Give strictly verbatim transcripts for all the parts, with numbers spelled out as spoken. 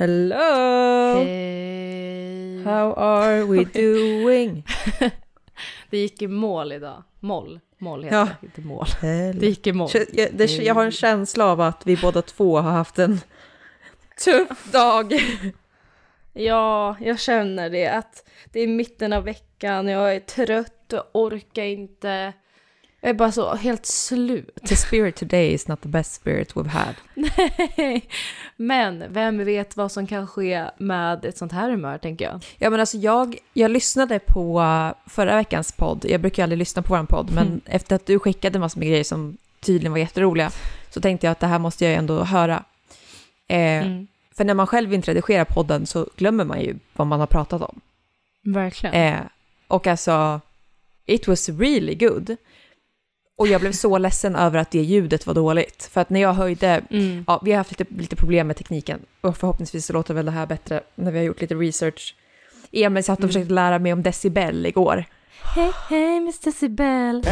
Hello! Hey. How are we doing? Det gick i mål idag. Moll. Moll heter Ja. det, inte mål. Hello. Det gick i mål. Jag, det, jag har en känsla av att vi båda två har haft en tuff dag. Ja, jag känner det. Att det är mitten av veckan. Jag är trött och orkar inte. Jag är bara så helt slut. The spirit today is not the best spirit we've had. Nej, men vem vet vad som kan ske med ett sånt här humör, tänker jag. Ja, men alltså jag, jag lyssnade på förra veckans podd. Jag brukar aldrig lyssna på vår podd, men mm. efter att du skickade massor med grejer som tydligen var jätteroliga så tänkte jag att det här måste jag ändå höra. Eh, mm. För när man själv inte redigerar podden så glömmer man ju vad man har pratat om. Verkligen. Eh, och alltså, it was really good. Och jag blev så ledsen över att det ljudet var dåligt. För att när jag höjde... Mm. Ja, vi har haft lite, lite problem med tekniken. Och förhoppningsvis så låter väl det här bättre när vi har gjort lite research. Emil satt och mm. försökte lära mig om decibel igår. Hej, hej, miss Decibel.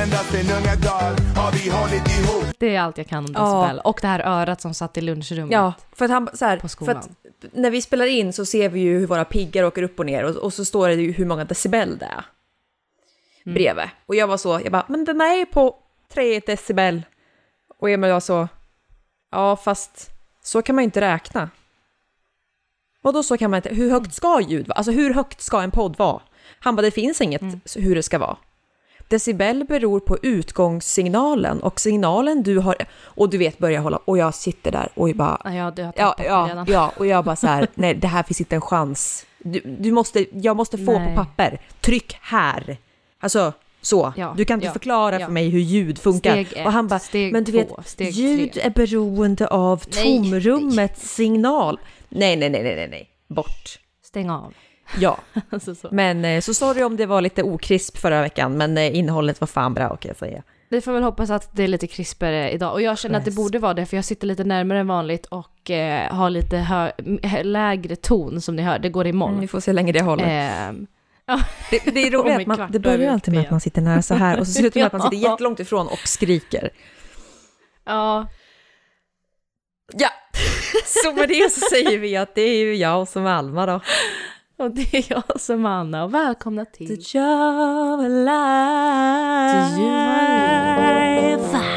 Det är allt jag kan om decibel. Ja. Och det här örat som satt i lunchrummet. Ja, för att han så här, för att när vi spelar in så ser vi ju hur våra piggar åker upp och ner. Och, och så står det ju hur många decibel det är. Mm. Bredvid. Och jag var så, jag bara, men den är på tre decibel. Och Emil var så, ja fast så kan man ju inte räkna. Och då så kan man inte, hur högt ska ljud vara? Alltså hur högt ska en podd vara? Han bara, det finns inget mm. hur det ska vara. Decibel beror på utgångssignalen och signalen du har, och du vet börja hålla, och jag sitter där och jag bara, ja, du har ja, ja, redan. ja, och jag bara så här, nej det här finns inte en chans. Du, du måste, jag måste få nej. på papper, tryck här. Alltså så, ja, du kan inte ja, förklara ja. för mig hur ljud funkar. Steg ett, och han bara, men du vet, två, ljud tre. är beroende av nej, tomrummets nej. signal. Nej, nej, nej, nej, nej, bort. Stäng av. Ja, alltså så. men så sorry om det var lite okrisp förra veckan, men innehållet var fan bra, kan jag säga. Vi får väl hoppas att det är lite krispare idag. Och jag känner yes. att det borde vara det, för jag sitter lite närmare än vanligt och eh, har lite hö- lägre ton som ni hör. Det går i moll. Mm, vi får se länge det håller. Eh, Det, det är roligt att man, det börjar alltid med att man sitter nära så här och så slutar med att man sitter jättelångt ifrån och skriker. Ja. Ja, så med det så säger vi att det är ju jag som är Alma då. Och det är jag som är Anna, och välkomna till The Joy of Life. The Joy of Life.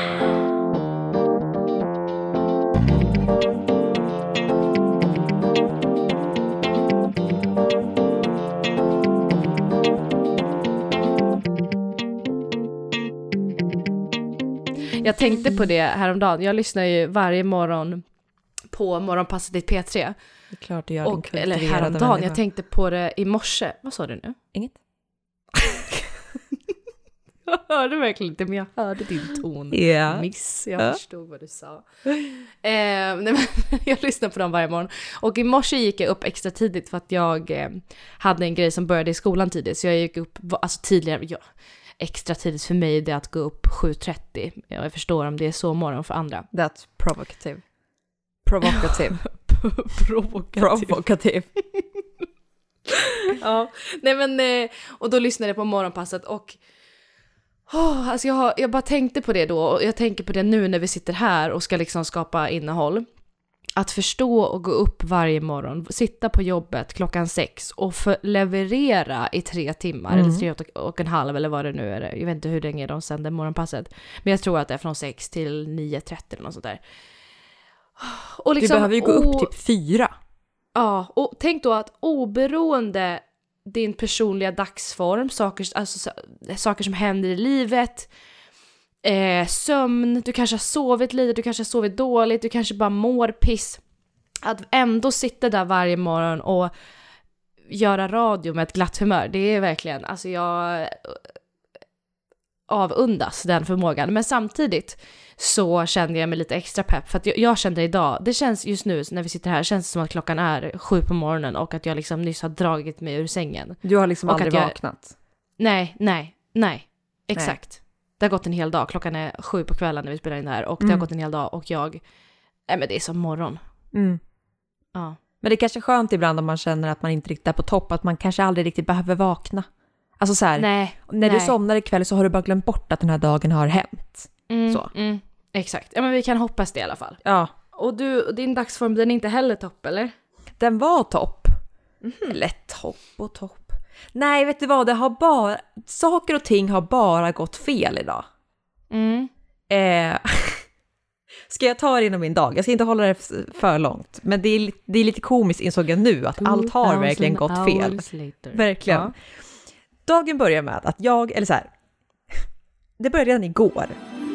Jag tänkte på det häromdagen. Jag lyssnar ju varje morgon på morgonpasset i P tre. Det är klart du gör. Och, eller häromdagen, människa. Jag tänkte på det i morse. Vad sa du nu? Inget. Jag hörde verkligen inte, men jag hörde din ton. Yeah. Miss, jag yeah. förstod vad du sa. eh, nej, men jag lyssnar på dem varje morgon. Och i morse gick jag upp extra tidigt för att jag eh, hade en grej som började i skolan tidigt. Så jag gick upp, alltså tidigare, ja. Extra tidigt för mig det är att gå upp sju trettio. Jag förstår om det är så morgon för andra. That's provocative. Provocative. Provocative. Provocative. Ja, nej men och då lyssnade jag på morgonpasset och oh, alltså jag, har, jag bara tänkte på det då, och jag tänker på det nu när vi sitter här och ska liksom skapa innehåll. Att förstå och gå upp varje morgon, sitta på jobbet klockan sex och för leverera i tre timmar, mm. eller tre och, och en halv eller vad det nu är. Jag vet inte hur länge de sänder morgonpasset, men jag tror att det är från sex till nio trettio eller något sånt där. Och liksom, du behöver ju gå upp typ fyra. Ja, och tänk då att oberoende din personliga dagsform, saker, alltså, saker som händer i livet, Eh, sömn, du kanske har sovit lite, du kanske har sovit dåligt, du kanske bara mår piss. Att ändå sitta där varje morgon och göra radio med ett glatt humör, det är verkligen, alltså jag avundas den förmågan. Men samtidigt så kände jag mig lite extra pepp, för att jag, jag kände idag, det känns just nu när vi sitter här, känns det som att klockan är sju på morgonen och att jag liksom nyss har dragit mig ur sängen. Du har liksom och aldrig jag, vaknat? Nej, nej, nej, exakt. Nej. Det har gått en hel dag. Klockan är sju på kvällen när vi spelar in det här. Och mm. det har gått en hel dag. Och jag... Nej, men det är som morgon. Mm. Ja. Men det är kanske skönt ibland om man känner att man inte riktigt är på topp. Att man kanske aldrig riktigt behöver vakna. Alltså så här... Nej. När nej. du somnar ikväll så har du bara glömt bort att den här dagen har hänt. Mm, så. Mm, exakt. Ja, men vi kan hoppas det i alla fall. Ja. Och du, din dagsform, den är inte heller topp, eller? den var topp. Mm-hmm. Eller topp och topp. Nej, vet du vad? Det har bara... Saker och ting har bara gått fel idag. Mm. Eh, ska jag ta det inom min dag? Jag ska inte hålla det för långt. Men det är, det är lite komiskt insåg jag nu att allt har verkligen gått fel. Verkligen. Ja. Dagen börjar med att jag... Eller så här. Det började redan igår.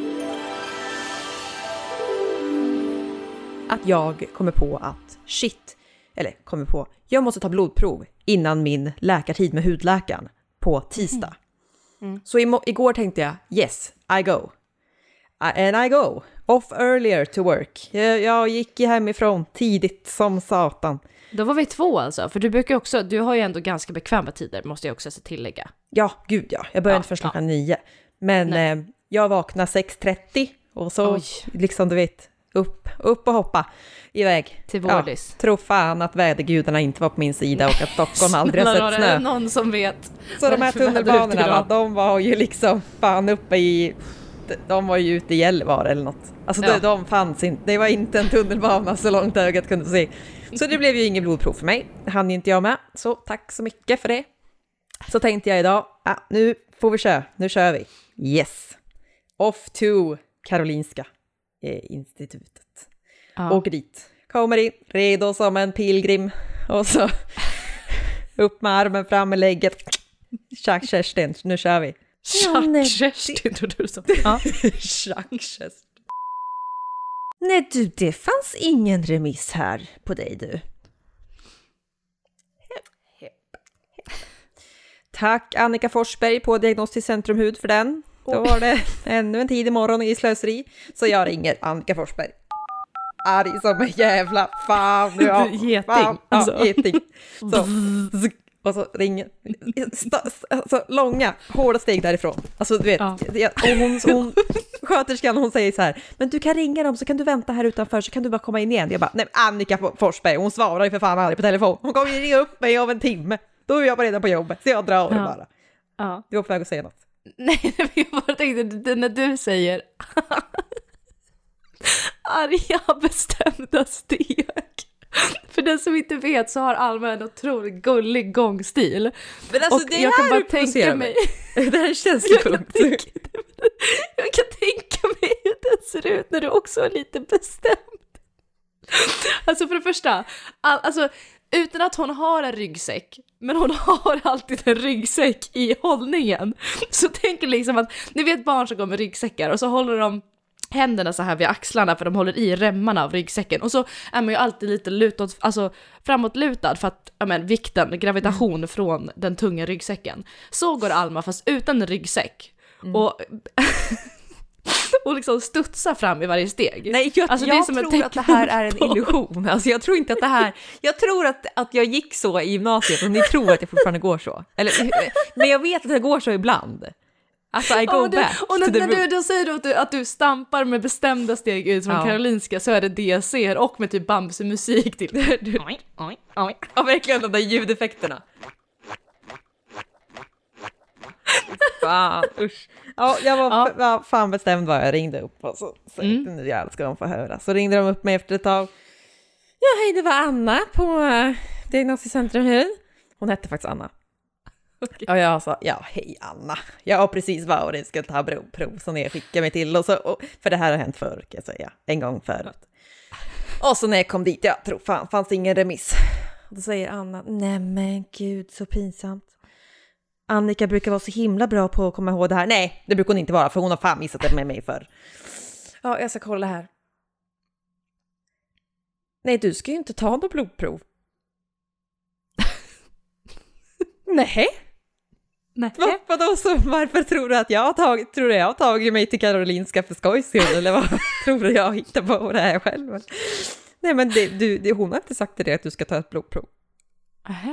Att jag kommer på att shit, eller kommer på, jag måste ta blodprov innan min läkartid med hudläkaren på tisdag. Mm. Mm. Så i, igår tänkte jag, yes, I go. I, and I go. Off earlier to work. Jag, jag gick hemifrån tidigt som satan. Då var vi två alltså, för du brukar också, du har ju ändå ganska bekväma tider, måste jag också tillägga. Ja, gud ja. Jag började ja, inte först klockan ja. nio. Men eh, jag vaknade sex trettio och så Oj. liksom du vet... Upp, upp och hoppa iväg. Till Vårdis. Ja, tro fan att vädergudarna inte var på min sida och att Stockholm aldrig har sett snö. Är det någon som vet? Så de här tunnelbanorna, va, de var ju liksom fan uppe i... De var ju ute i Gällivare eller något. Alltså ja. de, de fanns inte. Det var inte en tunnelbana så långt ögat kunde se. Så det blev ju ingen blodprov för mig. Det hann inte jag med. Så tack så mycket för det. Så tänkte jag idag, ah, nu får vi köra. Nu kör vi. Yes. Off to Karolinska institutet. Ja. Åker dit. Kommer in, redo som en pilgrim. Och så upp med armen fram med lägget. Tjack Kerstin, nu kör vi. Tjack Kerstin, tror du så. Ja. Tjack Kerstin. Nej du, det fanns ingen remiss här på dig du. Tack Annika Forsberg på Diagnostiskt Centrum Hud för den. Då var det ännu en tid imorgon i slöseri. Så jag ringer Annika Forsberg. Arg som en jävla fan. Ja, geting. Fan. Ja, geting. Så, och så ringer. Alltså, långa, hårda steg därifrån. Alltså du vet. Ja. Och hon, hon, sköterskan hon säger så här. Men du kan ringa dem så kan du vänta här utanför så kan du bara komma in igen. Jag bara, nej Annika Forsberg. Hon svarar ju för fan aldrig på telefon. Hon kommer ju ringa upp mig om en timme. Då är jag bara redan på jobbet. Så jag drar ja. bara. Ja. Du var på väg att säga något. Nej, jag bara tänkte när du säger arga bestämda steg. För den som inte vet så har Alma en otroligt gullig gångstil. Men alltså och det jag kan bara tänka mig. Det här känns ju punkt. Jag kan tänka mig hur den ser ut när du också är lite bestämd. Alltså för det första, all, alltså utan att hon har en ryggsäck, men hon har alltid en ryggsäck i hållningen. Så tänker liksom att, ni vet barn som går med ryggsäckar och så håller de händerna så här vid axlarna för de håller i remmarna av ryggsäcken. Och så är man ju alltid lite lutåt, alltså framåtlutad för att, ja men, vikten, gravitation mm. från den tunga ryggsäcken. Så går Alma fast utan en ryggsäck. Mm. Och... och liksom studsa fram i varje steg. Nej, jag, alltså, jag det är som tror att det här är en illusion. Alltså, jag tror inte att det här... Jag tror att, att jag gick så i gymnasiet och ni tror att jag fortfarande går så. Eller, men jag vet att det går så ibland. Alltså, I go ja, du, back. Och när, när du då säger du att, du att du stampar med bestämda steg ut från ja. Karolinska så är det det jag ser. Och med typ Bamse-musik till. Du, oj, oj, oj. Ja, verkligen de där ljudeffekterna. Fan, usch. Ja, jag var ja. F- fan bestämd vad jag ringde upp och så, så mm. nu jävlar ska de få höra. Så ringde de upp mig efter ett tag. Ja, hej, det var Anna på uh, Diagnostiskt Centrum Hud. Hon hette faktiskt Anna. Okay. Och jag sa, ja, hej Anna. Jag har precis varit och ska ta blodprov som jag skickade mig till. Och så, och, för det här har hänt förr, kan jag säga. En gång förut. Och så när jag kom dit, jag tror fan, fanns ingen remiss. Då säger Anna, nej men gud, så pinsamt. Annika brukar vara så himla bra på att komma ihåg det här. Nej, det brukar hon inte vara, för hon har fan missat det med mig för. Ja, jag ska kolla här. Nej, du ska ju inte ta något blodprov. Nej. Nej. Va, vadå, så varför tror du att jag har tagit, tror du jag har tagit mig till Karolinska för skojs skull? Eller vad tror du jag hittar på det här själv? Nej, men det, du, det, hon har inte sagt till dig att du ska ta ett blodprov. Aha.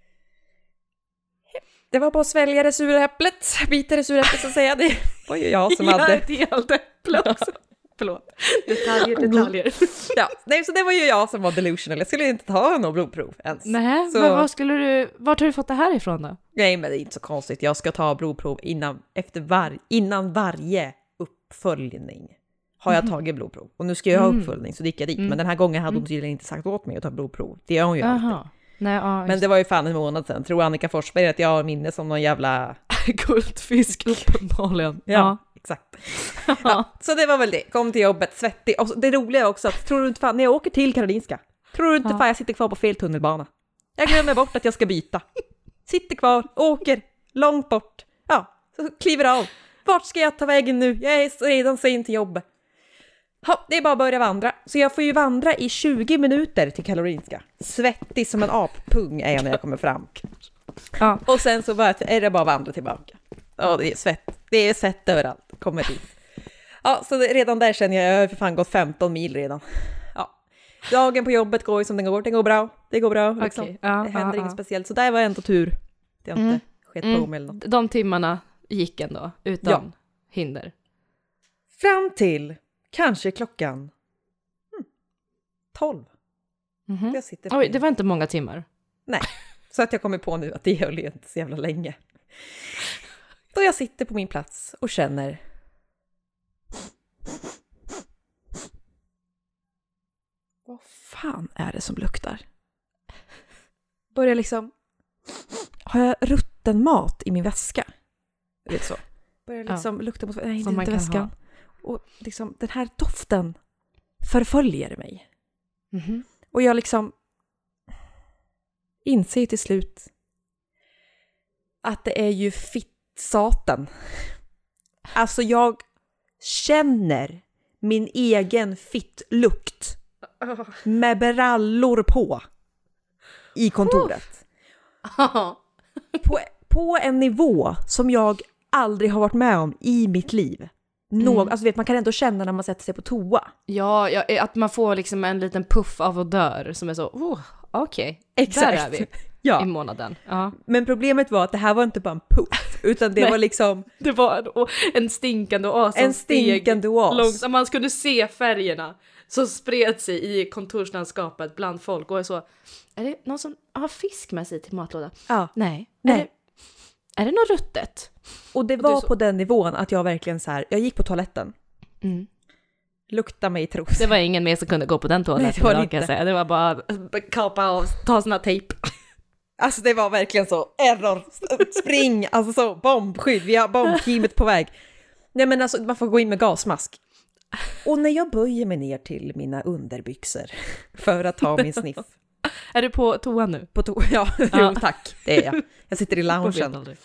Det var bara att svälja det sura äpplet. Bita det sura äpplet så att säga. Det var ju jag som hade... Jag ett helt äpple också. Förlåt. Detaljer, detaljer. Ja, nej, så det var ju jag som var delusional. Jag skulle inte ta någon blodprov ens. Nej, så... men vad skulle du... Vart har du fått det här ifrån då? Nej, men det är inte så konstigt. Jag ska ta blodprov innan, efter var, innan varje uppföljning. har jag tagit blodprov. Och nu ska jag ha uppföljning, så gick jag dit. Mm. Men den här gången hade hon tydligen inte sagt åt mig att ta blodprov. Det gör hon ju Aha. alltid. Nej, ja, men det var ju fan en månad sedan. Tror Annika Forsberg att jag har minne som någon jävla... guldfisk uppenbarligen. Ja, ja, exakt. Ja, så det var väl det. Kom till jobbet, svettig. Och det roliga är också att, tror du inte fan, när jag åker till Karolinska, tror du inte ja. fan jag sitter kvar på fel tunnelbana? Jag glömmer bort att jag ska byta. Sitter kvar, åker långt bort. Ja, så kliver av. Vart ska jag ta vägen nu? Jag är redan sen till jobbet. Ja, det är bara att börja vandra. Så jag får ju vandra i tjugo minuter till Karolinska. Svettig som en appung är jag när jag kommer fram. Ja. Och sen så bara, är det bara att vandra tillbaka. Ja, det är svett. Det är svett överallt. Kommer dit. Ja, så det, redan där känner jag, jag har för fan gått femton mil redan. Ja. Dagen på jobbet går ju som den går. Det går bra. Det går bra. Liksom. Okay. Ja, det händer ja, inget ja. speciellt. Så där var ändå tur. Det har inte mm. skett på mm. eller något. De timmarna gick ändå utan ja. hinder. Fram till kanske klockan hmm, tolv. Mm-hmm. Jag sitter Oj, det var inte många timmar. Nej. Så att jag kommer på nu att det höll inte så jävla länge. Då jag sitter på min plats och känner... Vad fan är det som luktar? Börjar liksom... Har jag rutten mat i min väska? Det är så. Börjar liksom ja. lukta mot... Nej, inte väskan. Ha. Och liksom den här doften förföljer mig. Mm-hmm. Och jag liksom... inser till slut att det är ju fittsaten. Alltså jag känner min egen fittlukt med brallor på i kontoret. På, på en nivå som jag aldrig har varit med om i mitt liv. Nå- mm. Alltså vet, man kan ändå känna när man sätter sig på toa. Ja, ja att man får liksom en liten puff av odör som är så, oh, okej, okay. Exakt. Där är vi ja. i månaden. Ja. Men problemet var att det här var inte bara en puff, utan det var liksom... Det var en, en stinkande oas. En stinkande oas. Långt, man skulle se färgerna som spred sig i kontorslandskapet bland folk. Och så, är det någon som har fisk med sig till matlådan? Ja. Nej. Nej. Är det, är det något ruttet? Och det var och så... på den nivån att jag verkligen så här, jag gick på toaletten. Mm. Lukta mig i tros. Det var ingen mer som kunde gå på den toaletten. Nej, det var det inte. Säga. Det var bara kapa och ta såna tejp. Alltså det var verkligen så, error, spring, alltså så, bombskydd, vi har bombteamet på väg. Nej men alltså, man får gå in med gasmask. Och när jag böjer mig ner till mina underbyxor för att ta min sniff. Är du på toa nu? På toa, ja. ja. Jo, tack, det är jag. Jag sitter i loungen.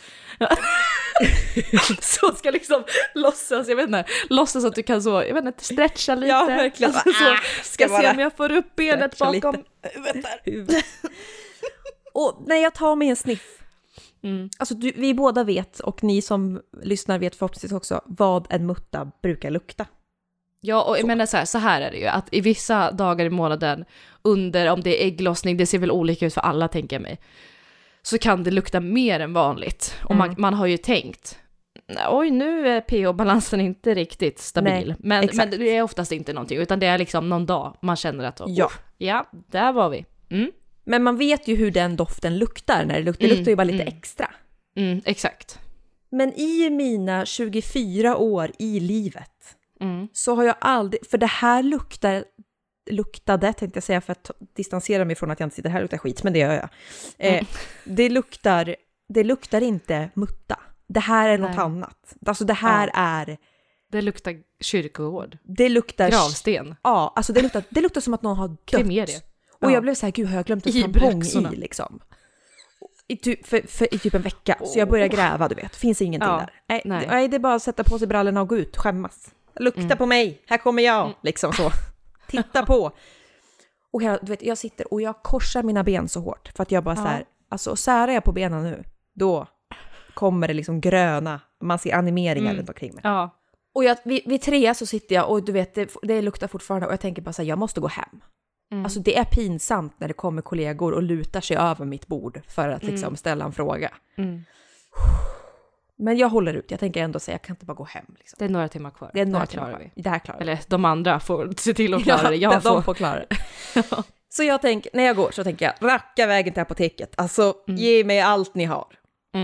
Så ska liksom låtsas, jag vet inte, låtsas att du kan så, jag vet inte, stretcha lite. Ja, verkligen. Alltså, så, ska, ska se om jag får upp benet bakom huvudet. Och när jag tar mig en sniff, mm. alltså du, vi båda vet, och ni som lyssnar vet förhoppningsvis också, vad en mutta brukar lukta. Ja, och jag menar så här, så här är det ju, att i vissa dagar i månaden, under, om det är ägglossning, det ser väl olika ut för alla tänker jag mig, så kan det lukta mer än vanligt. Och mm. man, man har ju tänkt, oj nu är pH-balansen inte riktigt stabil. Nej, men, men det är oftast inte någonting, utan det är liksom någon dag man känner att, ja, ja där var vi. Mm. Men man vet ju hur den doften luktar, när det luktar, det luktar ju bara lite mm. extra. Mm, exakt. Men i mina tjugofyra år i livet mm. så har jag aldrig, för det här luktar, luktade, tänkte jag säga för att distansera mig från att jag inte sitter här och luktar skit, men det gör jag. Eh, mm. det, luktar, det luktar inte mutta. Det här är något Nej. annat. Alltså det här ja. är... Det luktar kyrkogård. Det luktar... Gravsten. Ja, alltså det luktar, det luktar som att någon har dött. Kremerie. Och ja. jag blev så här, gud har jag glömt en tampong i liksom. I typ, för, för, I typ en vecka. Oh. Så jag börjar gräva, du vet. Finns ingenting ja. där. Nej, nej. nej, det är bara att sätta på sig brallorna och gå ut. Skämmas. Lukta mm. på mig. Här kommer jag. Mm. Liksom så. Titta på. Och jag, du vet, jag sitter och jag korsar mina ben så hårt. För att jag bara ja. så här, alltså särar jag på benen nu, då kommer det liksom gröna. Man ser animeringar mm. runt omkring mig. Ja. Och jag, vid, vid tre så sitter jag och du vet, det, det luktar fortfarande. Och jag tänker bara så här, jag måste gå hem. Mm. Alltså det är pinsamt när det kommer kollegor och lutar sig över mitt bord för att liksom mm. ställa en fråga. Mm. Men jag håller ut. Jag tänker ändå säga, jag kan inte bara gå hem. Liksom. Det är några timmar kvar. Det är några timmar kvar. Det här klarar vi. Eller de andra får se till att klara det. Jag ja, får... de får klara det. ja. Så jag tänker, när jag går så tänker jag, racka vägen till apoteket. Alltså, mm. ge mig allt ni har. Mm.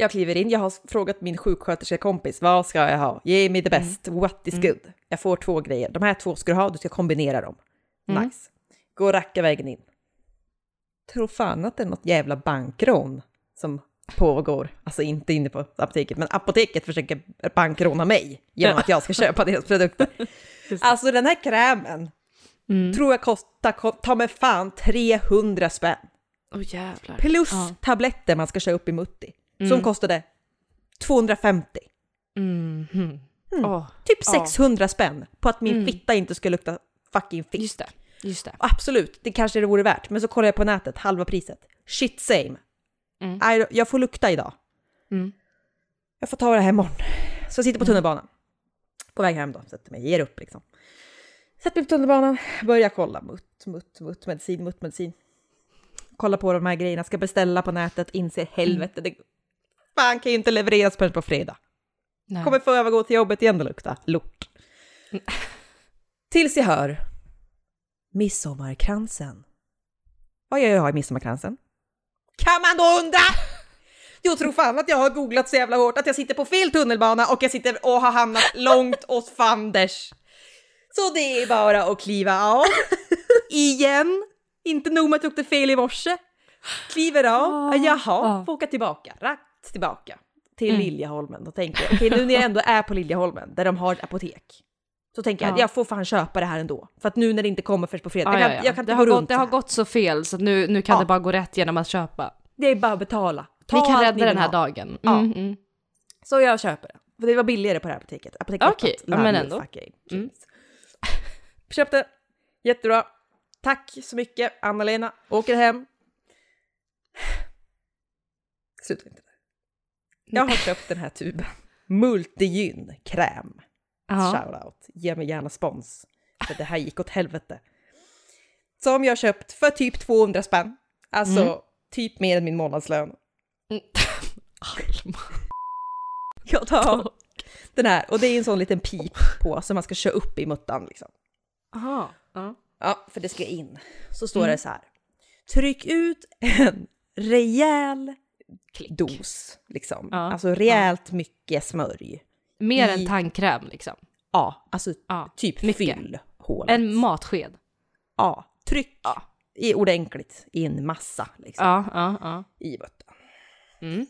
Jag kliver in, jag har frågat min sjuksköterskekompis, vad ska jag ha? Ge mig the best, mm. what is mm. good? Jag får två grejer, de här två ska du ha, du ska kombinera dem. Mm. Nice. Gå och racka vägen in. Tror fan att det är något jävla bankrån som pågår. Alltså inte inne på apoteket, men apoteket försöker bankråna mig genom att jag ska köpa deras produkter. Alltså den här krämen mm. tror jag kostar, ta med fan trehundra spänn. Oh, jävlar. Plus ja. tabletter man ska köra upp i Mutti. Mm. Som kostade tvåhundrafemtio. Mm. Mm. Mm. Oh. Typ sexhundra oh. spänn på att min mm. fitta inte skulle lukta fucking fisk. Just det. Just det. Absolut, det kanske det vore värt. Men så kollar jag på nätet, halva priset. Shit same. Mm. Jag får lukta idag. Mm. Jag får ta det här imorgon. Så jag sitter på tunnelbanan. På väg hem då. Sätter mig, ger upp liksom. Sätter mig på tunnelbanan. Börjar kolla. Mutt, mutt, mutt, medicin, mutt, medicin. Kolla på de här grejerna. Ska beställa på nätet. Inser helvete. Det fan kan ju inte levereras förrän på fredag. Nej. Kommer få övergå till jobbet igen och lukta. Lort. Mm. Tills jag hör midsommarkransen. Vad gör jag i midsommarkransen? Kan man då undra? Jag tror fan att jag har googlat så jävla hårt att jag sitter på fel tunnelbana och jag sitter och har hamnat långt åt fanders. Så det är bara att kliva av. Igen. Inte nog med att jag åkte fel i morse. Kliver av. Jaha, får åka tillbaka. Rakt tillbaka till mm. Liljeholmen. Då tänker jag, okej okay, nu när jag ändå är på Liljeholmen där de har ett apotek. Så tänker jag, ja. jag får fan köpa det här ändå. För att nu när det inte kommer först på fredag. Ja, jag kan, ja, ja. jag kan inte det, gå har runt gått, det har gått så fel så nu, nu kan ja. det bara gå rätt genom att köpa. Det är bara att betala. Ta vi kan rädda den här ha. dagen. Mm, ja. mm. Så jag köper det. För det var billigare på det här apoteket. Apoteket Okej, okay. ja, men ändå. Mm. Köpte. Jättebra. Tack så mycket, Anna-Lena. Åker hem. Sluta inte där. Jag har köpt den här tuben. Multigyn kräm. Shoutout. Ge mig gärna spons. För det här gick åt helvete. Som jag köpt för typ tvåhundra spänn. Alltså mm. typ mer än min månadslön. Mm. Jag tar den här. Och det är en sån liten pip på som man ska köra upp i muttan liksom. Aha. Uh. Ja, för det ska in. Så står mm. det så här. Tryck ut en rejäl Klick. dos. Liksom. Ja. Alltså rejält ja. mycket smörj. Mer I... än tandkräm liksom. Ja, alltså ja. typ mycket. fyll hålet. En matsked. Ja, tryck ja. i ordentligt i en massa liksom. Ja, ja, ja. I bötta. Mm.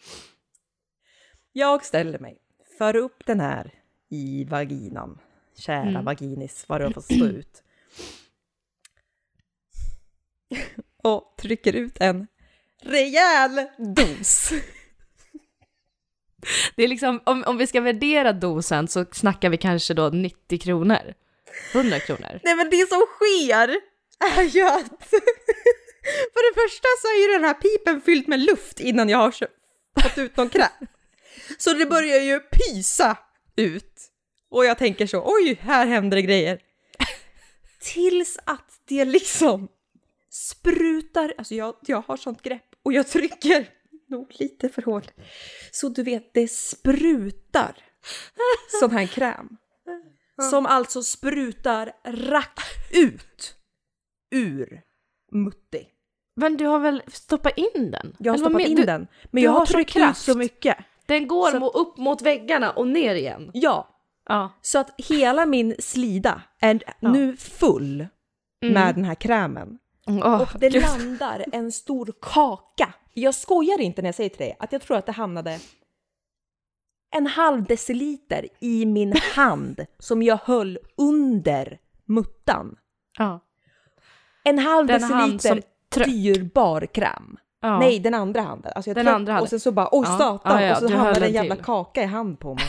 Jag ställer mig. För upp den här i vaginan. Kära mm. vaginis, vad det får stå ut. Och trycker ut en rejäl dos. Det är liksom, om, om vi ska värdera dosen så snackar vi kanske då nittio kronor. hundra kronor. Nej men det som sker är ju att för det första så är ju den här pipen fylld med luft innan jag har fått ut någon kräm. Så det börjar ju pysa ut. Och jag tänker så, oj, här händer det grejer. Tills att det liksom sprutar, alltså jag, jag har sånt grepp och jag trycker nog lite för hårt. Så du vet, det sprutar sån här kräm. Som alltså sprutar rakt ut ur Mutti. Men du har väl stoppat in den? Jag har stoppat in du, den. Men jag har tryckt ut så mycket. Den går så, mo- upp mot väggarna och ner igen. Ja. ja. Så att hela min slida är ja. nu full mm. med den här krämen. Oh, och det Gud. landar en stor kaka. Jag skojar inte när jag säger till dig att jag tror att det hamnade en halv deciliter i min hand som jag höll under muttan. Ja. En halv den deciliter dyrbar kräm. Ja. Nej, den andra handen. Alltså jag den andra handen. Och sen så bara, oj ja. satan. Ja, ja, och så hamnade en jävla till. kaka i hand på mig.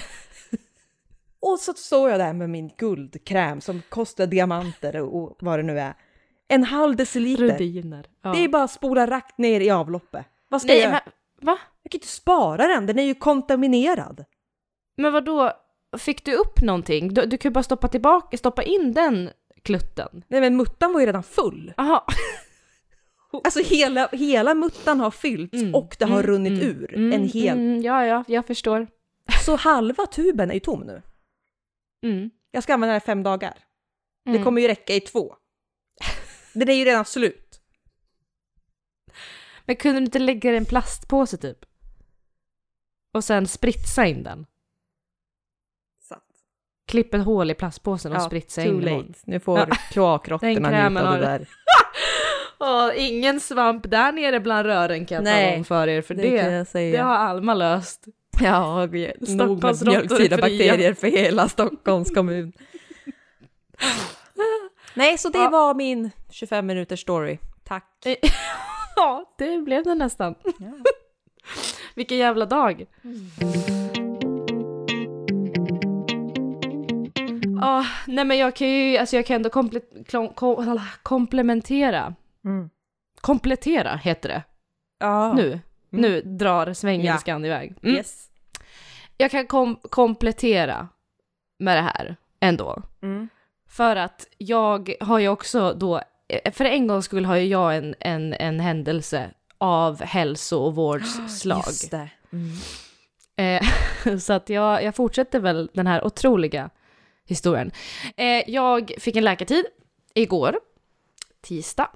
Och så står jag där med min guldkräm som kostar diamanter och vad det nu är. En halv deciliter. Rubiner. Ja. Det är bara att spola rakt ner i avloppet. Vad ska Nej, jag men, va? Jag kan inte spara den, den är ju kontaminerad. Men vad då? Fick du upp någonting? Du, du kan ju bara stoppa tillbaka, stoppa in den klutten. Nej, men muttan var ju redan full. Aha. Alltså hela, hela muttan har fyllts mm. och det har mm, runnit mm, ur mm, en hel... Mm, ja, ja, jag förstår. Så halva tuben är ju tom nu. Mm. Jag ska använda den här fem dagar. Mm. Det kommer ju räcka i två. Den är ju redan slut. Men kunde du inte lägga en plastpåse typ? och sen spritsa in den. Sant. Klipp ett hål i plastpåsen och ja, spritsa in den. Nu får ja. kloakrotterna njuta det där. Åh, ingen svamp där nere bland rören kan jag Nej, tala om för er. För det, det, det har Alma löst. Ja, nog med mjölksyrabakterier för hela Stockholms kommun. Nej, så det ja. var min tjugofem minuters story. Tack. Ja, det blev det nästan. Ja. Vilken jävla dag. Mm. Oh, nej men jag kan ju, alltså jag kan ändå komple- kom- kom- komplementera. Mm. Komplettera heter det. Ja. Nu, mm. nu drar svängelskan ja. iväg. Mm. Yes. Jag kan kom- komplettera med det här ändå. Mm. För att jag har ju också då, för en gång skulle ha ju jag en, en, en händelse av hälso- och vårdsslag. Just det. Mm. Eh, så att jag, jag fortsätter väl den här otroliga historien. Eh, jag fick en läkartid igår, tisdag,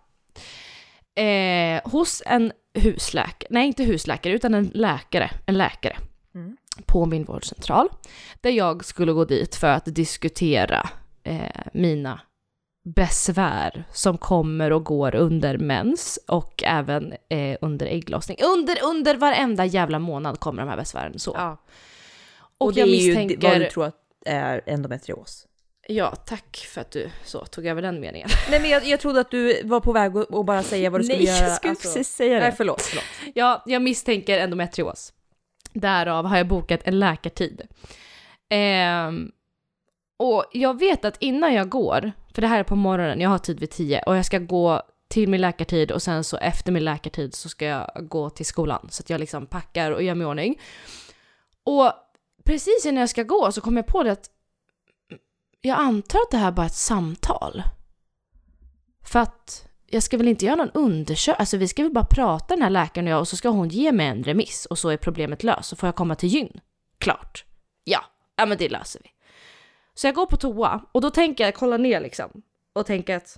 eh, hos en husläkare, nej inte husläkare utan en läkare, en läkare mm. på min vårdcentral. Där jag skulle gå dit för att diskutera eh, mina besvär som kommer och går under mens och även eh, under ägglossning. Under, under varenda jävla månad kommer de här besvären så. Ja. Och, och det jag är misstänker... ju vad du tror att är endometrios. Ja, tack för att du så tog över den meningen. Nej, men jag, jag trodde att du var på väg att och bara säga vad du skulle Nej, göra. Nej, jag skulle alltså... precis säga det. Nej, förlåt, förlåt. Ja, jag misstänker endometrios. Därav har jag bokat en läkartid. Ehm, och jag vet att innan jag går, för det här är på morgonen, jag har tid vid tio och jag ska gå till min läkartid och sen så efter min läkartid så ska jag gå till skolan. Så att jag liksom packar och gör mig i ordning. Och precis innan jag ska gå så kommer jag på det att jag antar att det här bara är ett samtal. För att jag ska väl inte göra någon undersökning. Alltså vi ska väl bara prata den här läkaren och jag och så ska hon ge mig en remiss och så är problemet löst. Så får jag komma till gyn. Klart. Ja, ja men det löser vi. Så jag går på toa och då tänker jag, kolla ner liksom. Och tänker att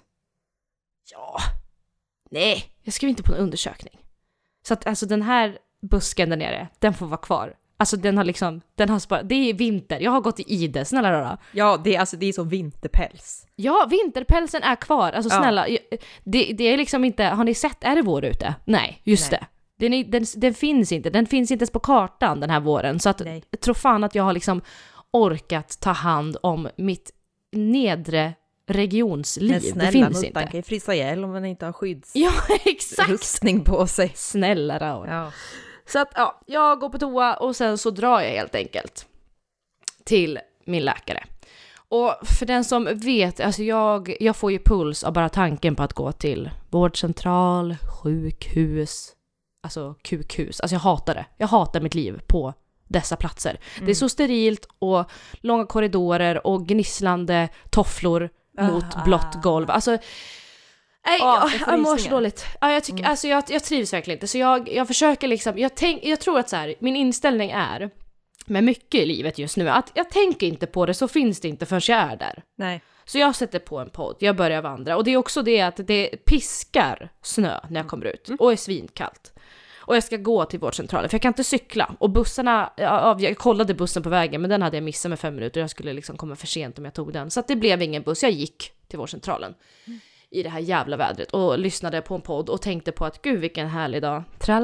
ja, nej, jag ska inte på en undersökning. Så att alltså den här busken där nere, den får vara kvar. Alltså den har liksom, den har sparat, det är vinter, jag har gått i ide, snälla rara. Ja, det är alltså det är som vinterpäls. Ja, vinterpälsen är kvar, alltså ja. snälla, det, det är liksom inte, har ni sett, är det vår ute? Nej, just Nej. det. Den, är, den, den finns inte, den finns inte ens på kartan den här våren, så att Nej. jag tror fan att jag har liksom orkat ta hand om mitt nedre regionsliv. Men snälla, det finns inte. Man kan ju frysa ihjäl om man inte har skydds ja, exakt. rustning på sig. Snälla rara. Ja. Så att ja, jag går på toa och sen så drar jag helt enkelt till min läkare. Och för den som vet, alltså jag, jag får ju puls av bara tanken på att gå till vårdcentral, sjukhus, alltså kukhus. Alltså jag hatar det. Jag hatar mitt liv på dessa platser. Mm. Det är så sterilt och långa korridorer och gnisslande tofflor uh, mot blått golv. Alltså... Nej, oh, jag, jag mår så dåligt. Ja, jag, tycker, mm. alltså, jag, jag trivs verkligen inte. Så jag, jag försöker liksom, jag, tänk, jag tror att så här, min inställning är med mycket i livet just nu, att jag tänker inte på det så finns det inte förrän jag är där. Nej. Så jag sätter på en podd, jag börjar vandra. Och det är också det att det piskar snö när jag kommer ut. Mm. Och är svinkallt. Och jag ska gå till vårdcentralen, för jag kan inte cykla. Och bussarna, jag, jag kollade bussen på vägen, men den hade jag missat med fem minuter. Jag skulle liksom komma för sent om jag tog den. Så att det blev ingen buss, jag gick till vårdcentralen. Mm. I det här jävla vädret och lyssnade på en podd och tänkte på att gud vilken härlig dag.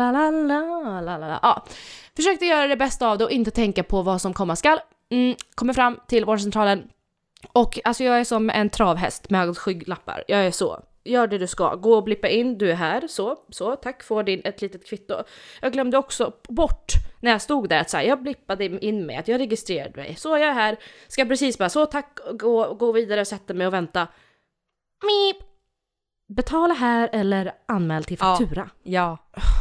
Tralalala. Ja, försökte göra det bästa av det och inte tänka på vad som komma skall. Mm, kommer fram till vårdcentralen och alltså jag är som en travhäst med skygglappar. Jag är så. Gör det du ska. Gå och blippa in. Du är här. Så, så. Tack. Får din ett litet kvitto. Jag glömde också bort när jag stod där att så här, jag blippade in med att jag registrerade mig. Så jag är här. Ska precis bara så tack. Gå, gå vidare och sätta mig och vänta. Mip. Betala här eller anmäl till faktura. Ja.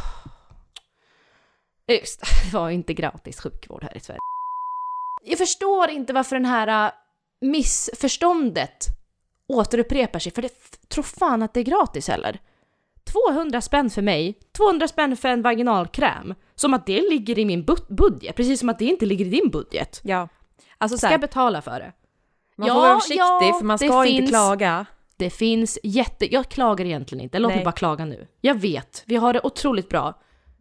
ja. Just det, var inte gratis sjukvård här i Sverige. Jag förstår inte varför den här missförståndet återupprepar sig. För det tror fan att det är gratis heller. tvåhundra spänn för mig. tvåhundra spänn för en vaginalkräm. Som att det ligger i min budget. Precis som att det inte ligger i din budget. Ja. Alltså, ska jag betala för det? Man ja, får vara försiktig ja, för man ska inte finns... klaga. Det finns jätte... Jag klagar egentligen inte. Låt Nej. mig bara klaga nu. Jag vet. Vi har det otroligt bra.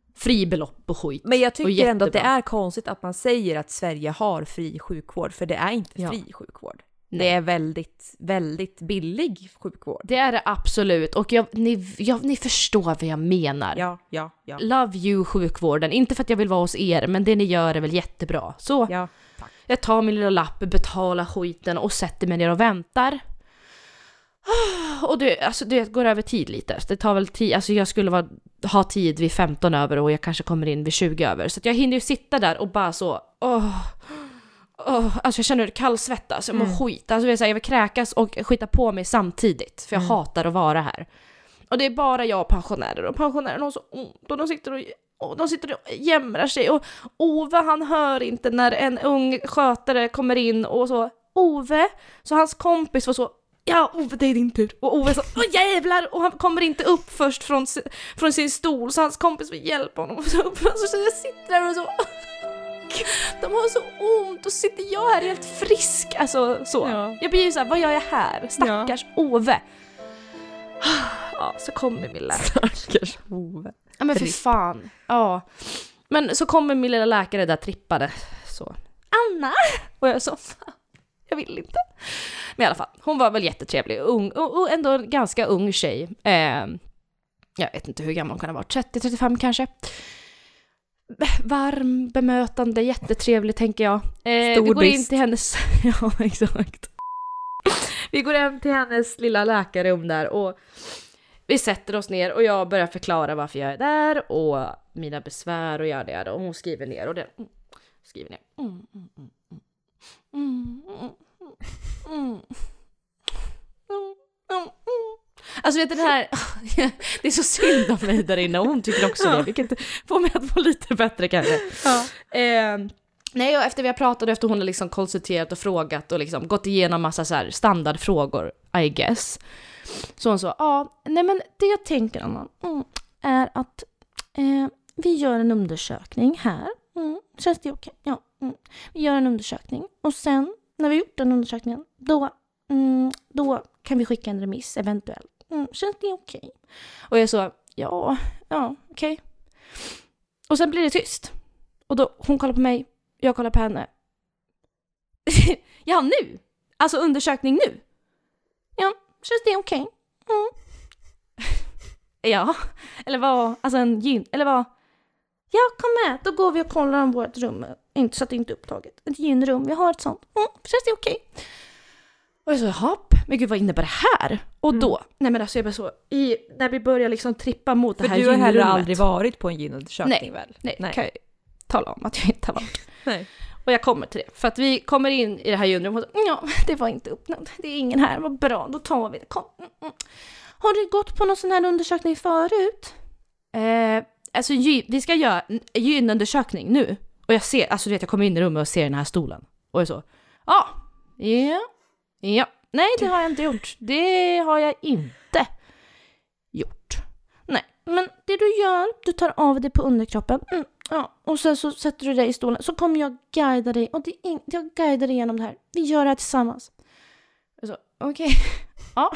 fribelopp och skit. Men jag tycker ändå att det är konstigt att man säger att Sverige har fri sjukvård, för det är inte fri ja. sjukvård. Nej. Det är väldigt, väldigt billig sjukvård. Det är det absolut. Och jag, ni, jag, ni förstår vad jag menar. Ja, ja, ja. Love you sjukvården. Inte för att jag vill vara hos er, men det ni gör är väl jättebra. Så ja, tack. Jag tar min lilla lapp, betalar skiten och sätter mig ner och väntar. Och det, alltså det går över tid lite. Det tar väl tid. Alltså jag skulle vara, ha tid vid femton över och jag kanske kommer in vid tjugo över. Så att jag hinner ju sitta där och bara så... Åh... Oh, alltså jag känner kallsvettas, jag mår mm. skit. Alltså jag, säga, jag vill kräkas och skita på mig samtidigt. För jag mm. hatar att vara här. Och det är bara jag och pensionärer. Och pensionärerna har så ont. Och de sitter och, och, de sitter och jämrar sig. Och Ove, han hör inte när en ung skötare kommer in och så. Ove, så hans kompis var så... Ja, Ove, det är din tur. Och Ove så, åh jävlar! Och han kommer inte upp först från, från sin stol. Så hans kompis vill hjälpa honom. Och så, så jag sitter där och så... De har så ont och sitter jag här helt frisk. Alltså så. Ja. Jag blir ju såhär, vad gör jag här? Stackars ja. Ove. Ja, så kommer min läkare. Stackars Ove. Ja men för fan. Ja. Men så kommer min lilla läkare där trippade. Så. Anna! Och jag så, fan. Jag vill inte. Men i alla fall, hon var väl jättetrevlig. Ung, och, och ändå en ganska ung tjej. Eh, jag vet inte hur gammal hon kan ha varit. trettio trettiofem kanske. Varm, bemötande, jättetrevlig tänker jag. Eh, vi går in till hennes... ja, exakt. Vi går hem till hennes lilla läkarrum där och vi sätter oss ner och jag börjar förklara varför jag är där och mina besvär och gör det. Och hon skriver ner och det... Skriver ner. Mm, mm, mm, mm, mm, mm, mm, mm. Alltså vet du det här, det är så synd om mig där inne och hon tycker också ja. det, vilket får mig att få lite bättre kanske. Ja. Eh, nej, och efter vi har pratat och efter hon har liksom konsulterat och frågat och liksom gått igenom massa så här standardfrågor, I guess. Så hon sa, ja, nej men det jag tänker Anna, mm, är att eh, vi gör en undersökning här. Mm, känns det okej? Ja, mm. Vi gör en undersökning och sen när vi gjort den undersökningen, då, mm, då kan vi skicka en remiss eventuellt. Mm, känns det okej? Och jag så, ja, ja, okej. Okay. Och sen blir det tyst. Och då, hon kollar på mig, jag kollar på henne. Ja, nu! Alltså undersökning nu. Ja, känns det okej? Okay? Mm. Ja, eller vad? Alltså en gyn, eller vad? Ja, kom med. Då går vi och kollar om vårt rum. Inte så att det inte är upptaget. Ett gynrum, jag har ett sånt. Mm, känns det okej? Okay? Och jag så, hopp, men gud vad innebär det här? Och mm. då, nej men alltså jag bara så, i, när vi börjar liksom trippa mot för det här gynrummet. För du har heller aldrig varit på en gynundersökning nej, väl? Nej, nej, kan jag tala om att jag inte har varit. Nej. Och jag kommer till det, för att vi kommer in i det här gynrummet och så, ja, det var inte uppnått, det är ingen här, vad bra, då tar vi det. Kom. Mm, mm. Har du gått på någon sån här undersökning förut? Eh, alltså vi ska göra en gynundersökning nu. Och jag ser, alltså du vet jag kommer in i rummet och ser den här stolen. Och jag så, ja, ja, ja. Nej, det har jag inte gjort. Det har jag inte gjort. Nej, men det du gör, du tar av dig på underkroppen. Mm, ja, och sen så sätter du dig i stolen. Så kommer jag guida dig. Och det är in- jag guidar dig igenom det här. Vi gör det här tillsammans. Så, okej. Okay. Ja.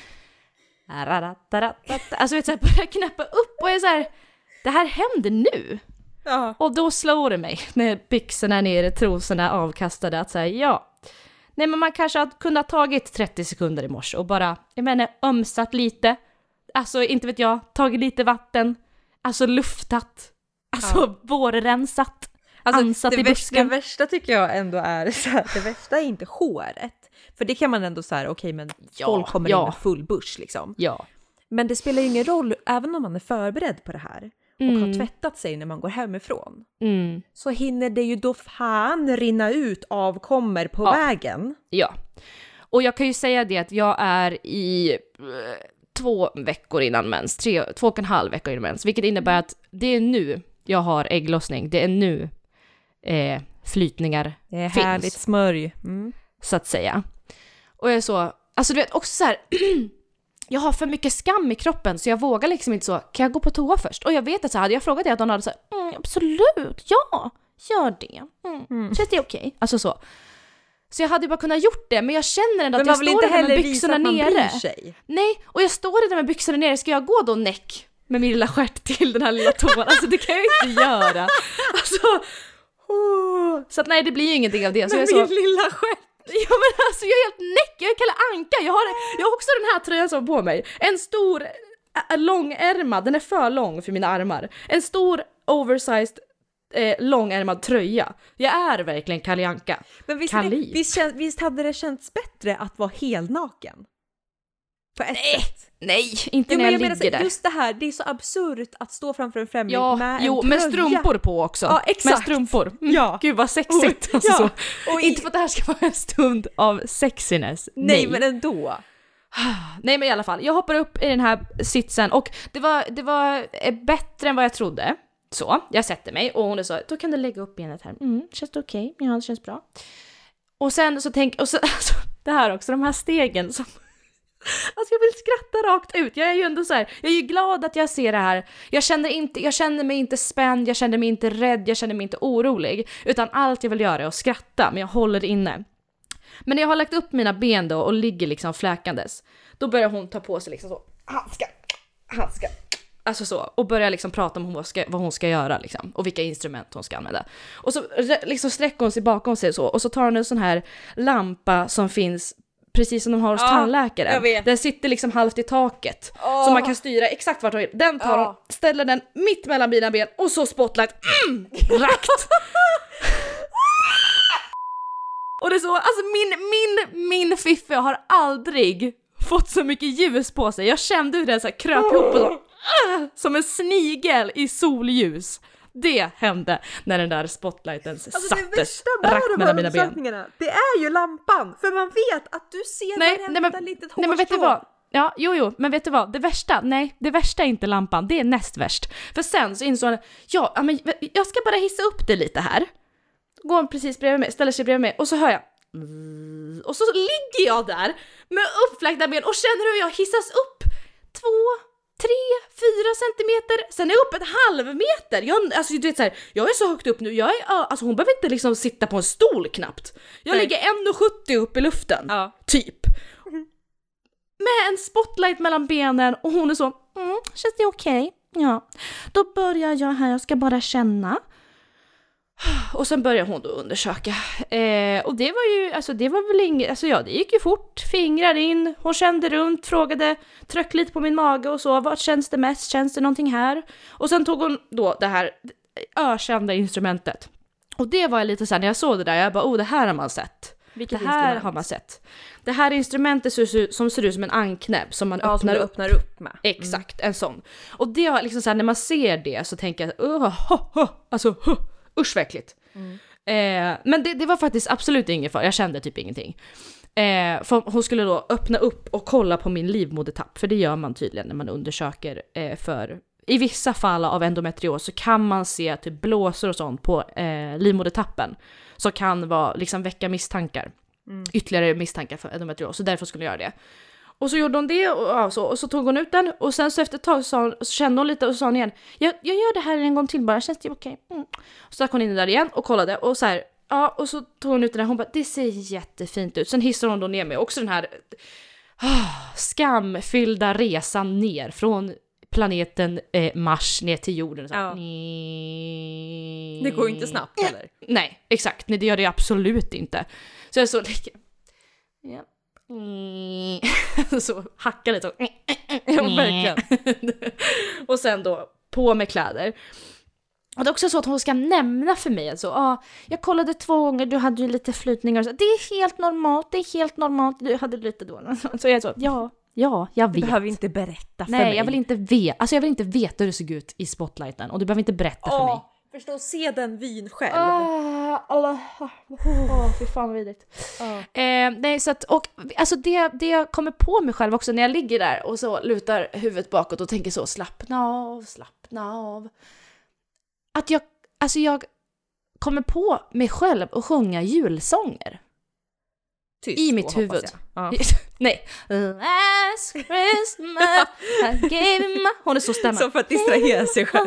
Alltså vet du, jag börjar knäppa upp och jag är så här, det här händer nu. Ja. Och då slår det mig när byxorna är nere, trosorna avkastade att säga ja. Nej, men man kanske hade kunnat tagit trettio sekunder i morse och bara, jag menar, ömsat lite. Alltså, inte vet jag, tagit lite vatten. Alltså, luftat. Alltså, ja. vårrensat. Alltså, ansat i busken. Det värsta tycker jag ändå är, så här, det värsta är inte håret. För det kan man ändå säga, okej, okay, men ja, folk kommer ja. in med full busch liksom. Ja. Men det spelar ju ingen roll, även om man är förberedd på det här. Och mm. har tvättat sig när man går hemifrån. Mm. Så hinner det ju då fan rinna ut avkommer på ja. vägen. Ja. Och jag kan ju säga det att jag är i eh, två veckor innan mens. Tre, två och en halv veckor innan mens. Vilket innebär att det är nu jag har ägglossning. Det är nu eh, flytningar finns. Det är finns, härligt smörj. Mm. Så att säga. Och jag är så... Alltså du vet också så här... jag har för mycket skam i kroppen så jag vågar liksom inte så, kan jag gå på toa först? Och jag vet att så hade jag frågat det att hon hade så här, mm, absolut, ja, gör det. Mm. Mm. Känns det okej? Okay? Alltså så. Så jag hade ju bara kunnat gjort det, men jag känner ändå men att jag står där med byxorna nere. Nej, och jag står där med byxorna nere, ska jag gå då näck med min lilla stjärt till den här lilla tån. Alltså det kan jag ju inte göra. Alltså, oh. Så att nej, det blir ju ingenting av det. Så med jag så, min lilla stjärt. Ja men alltså jag är helt näck, jag är Kalle Anka. Jag har, jag har också den här tröjan som på mig. En stor, ä, långärmad, den är för lång för mina armar. En stor, oversized, eh, långärmad tröja. Jag är verkligen Kalle Anka. Men visst, det, visst, visst hade det känts bättre att vara helnaken? På ett nej, sätt. nej, inte jo, när jag, jag ligger där. Just det här, det är så absurt att stå framför en främling ja, med jo, en med tröja. strumpor på också. Ja, exakt. Med strumpor. Mm. Ja. Gud vad sexigt. Och, alltså, ja. så. Och i, inte för att det här ska vara en stund av sexiness. Nej, Nej, men ändå. Nej, men i alla fall. Jag hoppar upp i den här sitsen och det var, det var bättre än vad jag trodde. Så, jag sätter mig och hon är så, då kan du lägga upp benet här. Mm, känns det okej? Okay? Ja, det känns bra. Och sen så tänk, och så, alltså, det här också, de här stegen som... Alltså jag vill skratta rakt ut. Jag är ju ändå så här, jag är ju glad att jag ser det här. Jag känner, inte, jag känner mig inte spänd, jag känner mig inte rädd, jag känner mig inte orolig. Utan allt jag vill göra är att skratta, men jag håller inne. Men när jag har lagt upp mina ben då och ligger liksom fläkandes, då börjar hon ta på sig liksom så, handskar, handskar. Alltså så, och börjar liksom prata om vad, ska, vad hon ska göra liksom, och vilka instrument hon ska använda. Och så liksom sträcker hon sig bakom sig så, och så tar hon en sån här lampa som finns precis som de har hos ja, tandläkaren. Den sitter liksom halvt i taket. Oh. Så man kan styra exakt vart hon vill. Den tar oh. hon, ställer den mitt mellan mina ben och så spotlight. Mm, rakt! Och det är så, alltså min, min, min fiffe har aldrig fått så mycket ljus på sig. Jag kände hur den så här kröp ihop och så, uh, som en snigel i solljus. Det hände när den där spotlighten alltså sattes rakt mellan mina ben. Det är ju lampan, för man vet att du ser nej, varenda nej, men, litet hårstrå. Nej men vet du vad? Ja, jo jo, men vet du vad? Det värsta, nej, det värsta är inte lampan, det är näst värst. För sen så insåg han, ja, men jag ska bara hissa upp det lite här. Går han precis bredvid mig, ställer sig bredvid mig och så hör jag och så ligger jag där med uppfläkta ben och känner hur jag hissas upp två, tre, fyra centimeter, sen är jag upp en halv meter. Jag, alltså du vet så här, jag är så högt upp nu, jag är, alltså hon behöver inte liksom sitta på en stol knappt. Jag Nej. ligger en komma sjuttio upp i luften, ja. Typ. Mm. Med en spotlight mellan benen och hon är så, mm, känns det okej? Okay? Ja. Då börjar jag här, jag ska bara känna. Och sen börjar hon då undersöka. Eh, och det var ju, alltså det var väl inget, alltså ja, det gick ju fort. Fingrar in, hon kände runt, frågade, tryck lite på min mage och så. Vad känns det mest? Känns det någonting här? Och sen tog hon då det här ökända instrumentet. Och det var lite så här, när jag såg det där, jag bara, oh, det här har man sett. Vilket det här instrument? har man sett. Det här instrumentet som ser ut som en anknäbb som man ja, öppnar, som upp. öppnar upp med. Exakt, mm. en sån. Och det var liksom så här, när man ser det så tänker jag, oh, oh, oh, alltså, oh. Usch verkligt. Mm. Eh, men det, det var faktiskt absolut ingen fara. Jag kände typ ingenting. Eh, för hon skulle då öppna upp och kolla på min livmodertapp. För det gör man tydligen när man undersöker eh, för... I vissa fall av endometrios så kan man se typ blåsor och sånt på eh, livmodertappen. Så kan vara, liksom väcka misstankar. Mm. Ytterligare misstankar för endometrios. Så därför skulle jag göra det. Och så gjorde hon det och, ja, så, och så tog hon ut den. Och sen så efter ett tag så, hon, så kände hon lite och så sa hon igen. Jag, jag gör det här en gång till bara, känns det okej? Okay? Mm. Så stack hon in där igen och kollade. Och så här, ja, och så tog hon ut den där. Hon bara, det ser jättefint ut. Sen hissade hon då ner mig. Också den här oh, skamfyllda resan ner från planeten eh, Mars ner till jorden. Så här, ja. Det går ju inte snabbt heller. Nej, exakt. Nej, det gör det absolut inte. Så jag så lika... Ja. Mm. Så hacka lite och... ja, verkligen. Och sen då på med kläder. Och det är också så att hon ska nämna för mig alltså, ah, jag kollade två gånger, du hade ju lite flytningar och så. Det är helt normalt, det är helt normalt. Du hade lite då. Så jag så, ja, ja, jag vet. Du behöver inte berätta för Nej, mig. Nej, jag vill inte veta. Alltså jag vill inte veta hur det såg ut i spotlighten och du behöver inte berätta oh. för mig. Förstå, se den vyn själv. Åh, oh, oh, fy fan vad vidrigt. Oh. Eh, nej, så att, och alltså det, det jag kommer på mig själv också när jag ligger där och så lutar huvudet bakåt och tänker så, slappna av, slappna av. Att jag, alltså jag kommer på mig själv och sjunga julsånger. Tyst i mitt huvud. Ja. Nej. Last Christmas I gave him my... Hon är så stämmad. Så för att distrahera sig själv.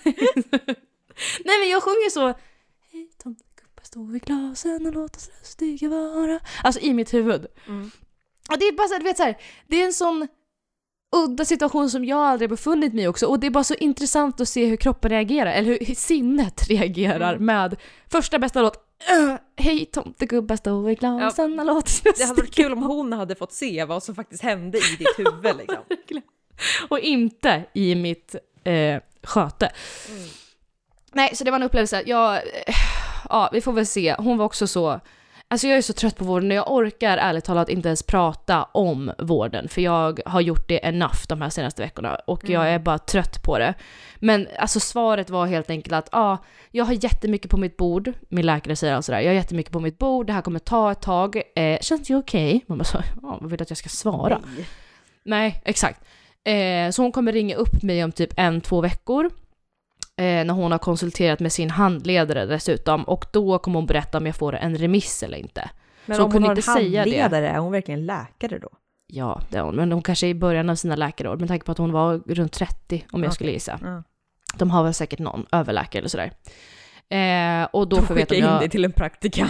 Nej, men jag sjunger så. Hej tomtegubbar, stå vid glasen och låt oss röstiga vara. Alltså i mitt huvud. Mm. Och det är bara så att du vet så här, det är en sån udda situation som jag aldrig befunnit mig i också. Och det är bara så intressant att se hur kroppen reagerar. Eller hur sinnet reagerar mm. med första bästa låt. Uh, Hej tomtegubbar, stå i glasen ja, låt. Det hade varit kul om hon hade fått se vad som faktiskt hände i ditt huvud. Liksom. Och inte i mitt eh, sköte. Mm. Nej, så det var en upplevelse. Jag, eh, ja, vi får väl se. Hon var också så... Alltså jag är så trött på vården och jag orkar ärligt talat inte ens prata om vården. För jag har gjort det enough de här senaste veckorna och mm. jag är bara trött på det. Men alltså svaret var helt enkelt att ah, jag har jättemycket på mitt bord. Min läkare säger alltså där, jag har jättemycket på mitt bord. Det här kommer ta ett tag. Eh, känns det okej? Okay? Mamma sa, ah, vad vill du att jag ska svara? Nej, Nej exakt. Eh, så hon kommer ringa upp mig om typ en, två veckor. Eh, när hon har konsulterat med sin handledare dessutom. Och då kommer hon berätta om jag får en remiss eller inte. Men så om hon, hon har inte en handledare, det. Är hon verkligen läkare då? Ja, det är hon. Men hon kanske är i början av sina läkarår. Men tanke på att hon var runt trettio om jag okay. skulle gissa. Mm. De har väl säkert någon överläkare eller sådär. Eh, och då, då får vi veta om jag... in dig till en praktikant.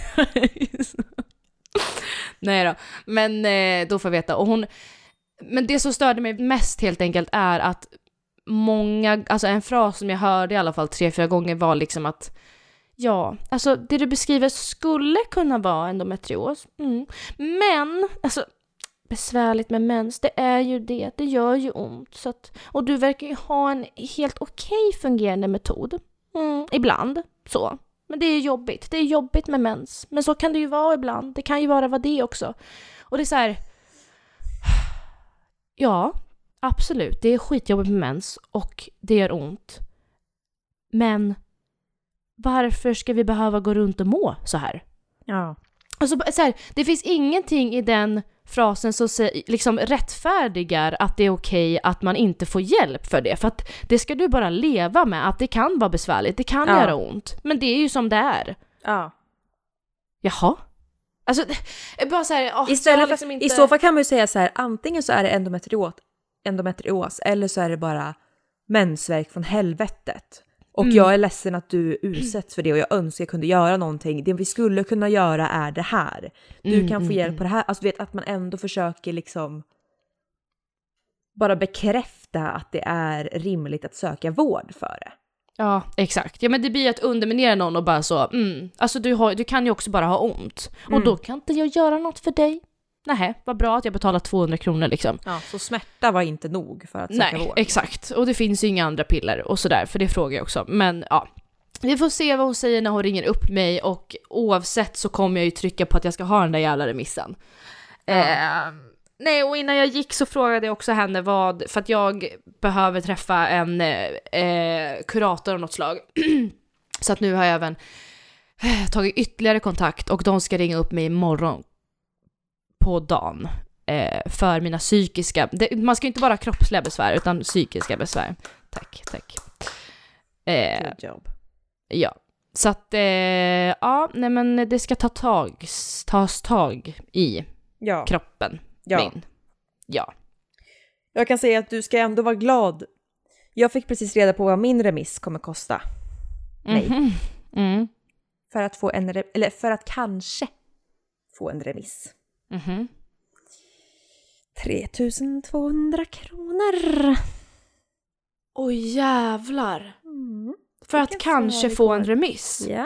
Nej då. Men eh, då får jag veta. Och hon... Men det som störde mig mest helt enkelt är att många, alltså en fras som jag hörde i alla fall tre, fyra gånger var liksom att ja, alltså det du beskriver skulle kunna vara endometrios. Mm. Men, alltså besvärligt med mens, det är ju det, det gör ju ont. Så att, och du verkar ju ha en helt okej fungerande metod. Mm, ibland, så. Men det är jobbigt, det är jobbigt med mens. Men så kan det ju vara ibland, det kan ju vara vad det också. Och det är så här, ja, absolut, det är skitjobbigt med mens och det gör ont. Men varför ska vi behöva gå runt och må så här? Ja. Alltså, så här, det finns ingenting i den frasen som liksom rättfärdigar att det är okej att man inte får hjälp för det. För att det ska du bara leva med, att det kan vara besvärligt, det kan ja. göra ont. Men det är ju som det är. Ja. Jaha. Alltså, bara så här, oh, Istället så liksom för, inte... I så fall kan man ju säga så här, antingen så är det endometrios, endometrios eller så är det bara mensvärk från helvetet. Och mm. jag är ledsen att du utsätts för det och jag önskar jag kunde göra någonting. Det vi skulle kunna göra är det här. Du mm, kan få hjälp mm. på det här. Alltså du vet att man ändå försöker liksom bara bekräfta att det är rimligt att söka vård för det. Ja, exakt. Ja, men det blir att underminera någon och bara så, mm, alltså du, har, du kan ju också bara ha ont. Och mm. då kan inte jag göra något för dig. Nej, vad bra att jag betalar tvåhundra kronor liksom. Ja, så smärta var inte nog för att söka Nej, vård. Exakt. Och det finns ju inga andra piller och sådär, för det frågar jag också. Men ja, vi får se vad hon säger när hon ringer upp mig och oavsett så kommer jag ju trycka på att jag ska ha den där jävla remissen. Ja. Eh, nej, och innan jag gick så frågade jag också henne vad, för att jag behöver träffa en eh, kurator av något slag. Så att nu har jag även eh, tagit ytterligare kontakt och de ska ringa upp mig imorgon på dagen eh, för mina psykiska, det, man ska ju inte bara ha kroppsliga besvär utan psykiska besvär. Tack, tack. Eh, Good job. Ja, så att eh, ja, nej men det ska ta tag, tas tag i ja. kroppen ja. min. Ja. Jag kan säga att du ska ändå vara glad. Jag fick precis reda på vad min remiss kommer kosta. Nej. Mm-hmm. Mm. För att få en, eller för att kanske få en remiss. Mm-hmm. tre tusen tvåhundra kronor. Oj jävlar. Mm. För att kanske få en remiss. Ja.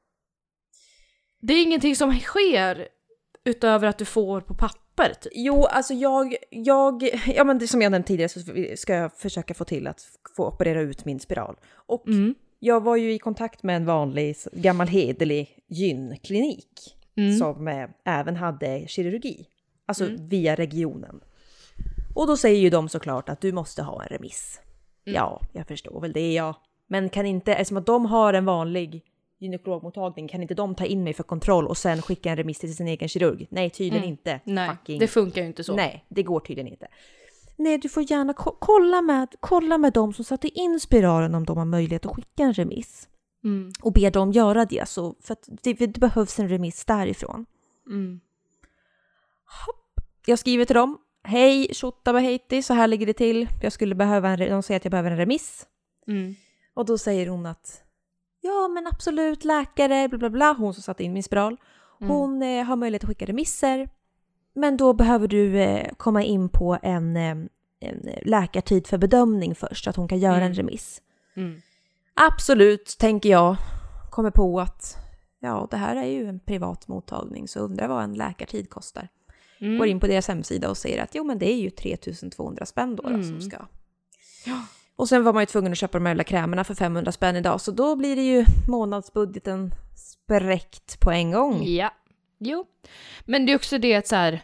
Det är ingenting som sker utöver att du får på papper typ. Jo, alltså jag, jag ja men det, som jag nämnde tidigare så ska jag försöka få till att få operera ut min spiral. Och mm. jag var ju i kontakt med en vanlig gammal hederlig gynklinik. Mm. Som eh, även hade kirurgi. Alltså mm. via regionen. Och då säger ju de såklart att du måste ha en remiss. Mm. Ja, jag förstår väl det, ja. Men kan inte, eftersom att de har en vanlig gynekologmottagning, kan inte de ta in mig för kontroll och sen skicka en remiss till sin egen kirurg? Nej, tydligen mm. inte. Nej, Fucking. Det funkar ju inte så. Nej, det går tydligen inte. Nej, du får gärna ko- kolla, med, kolla med dem som satte in spiralen om de har möjlighet att skicka en remiss. Mm. Och be dem göra det, så, för att det, det behövs en remiss därifrån. Mm. Hopp. Jag skriver till dem. Hej, tjotta Bahiti, så här ligger det till. Jag skulle behöva en, de säger att jag behöver en remiss. Mm. Och då säger hon att ja, men absolut, läkare, bla bla bla. Hon som satte in min spiral. Hon mm. eh, har möjlighet att skicka remisser. Men då behöver du eh, komma in på en, eh, en läkartid för bedömning först, så att hon kan göra Mm. en remiss. Mm. Absolut, tänker jag. Kommer på att ja, det här är ju en privat mottagning, så undrar vad en läkartid kostar. Mm. Går in på deras hemsida och säger att jo, men det är ju tre tusen tvåhundra spänn då, Mm. då som ska. Ja. Och sen var man ju tvungen att köpa de här jävla krämerna för femhundra spänn idag, så då blir det ju månadsbudgeten spräckt på en gång. Ja, jo. Men det är också det att så här,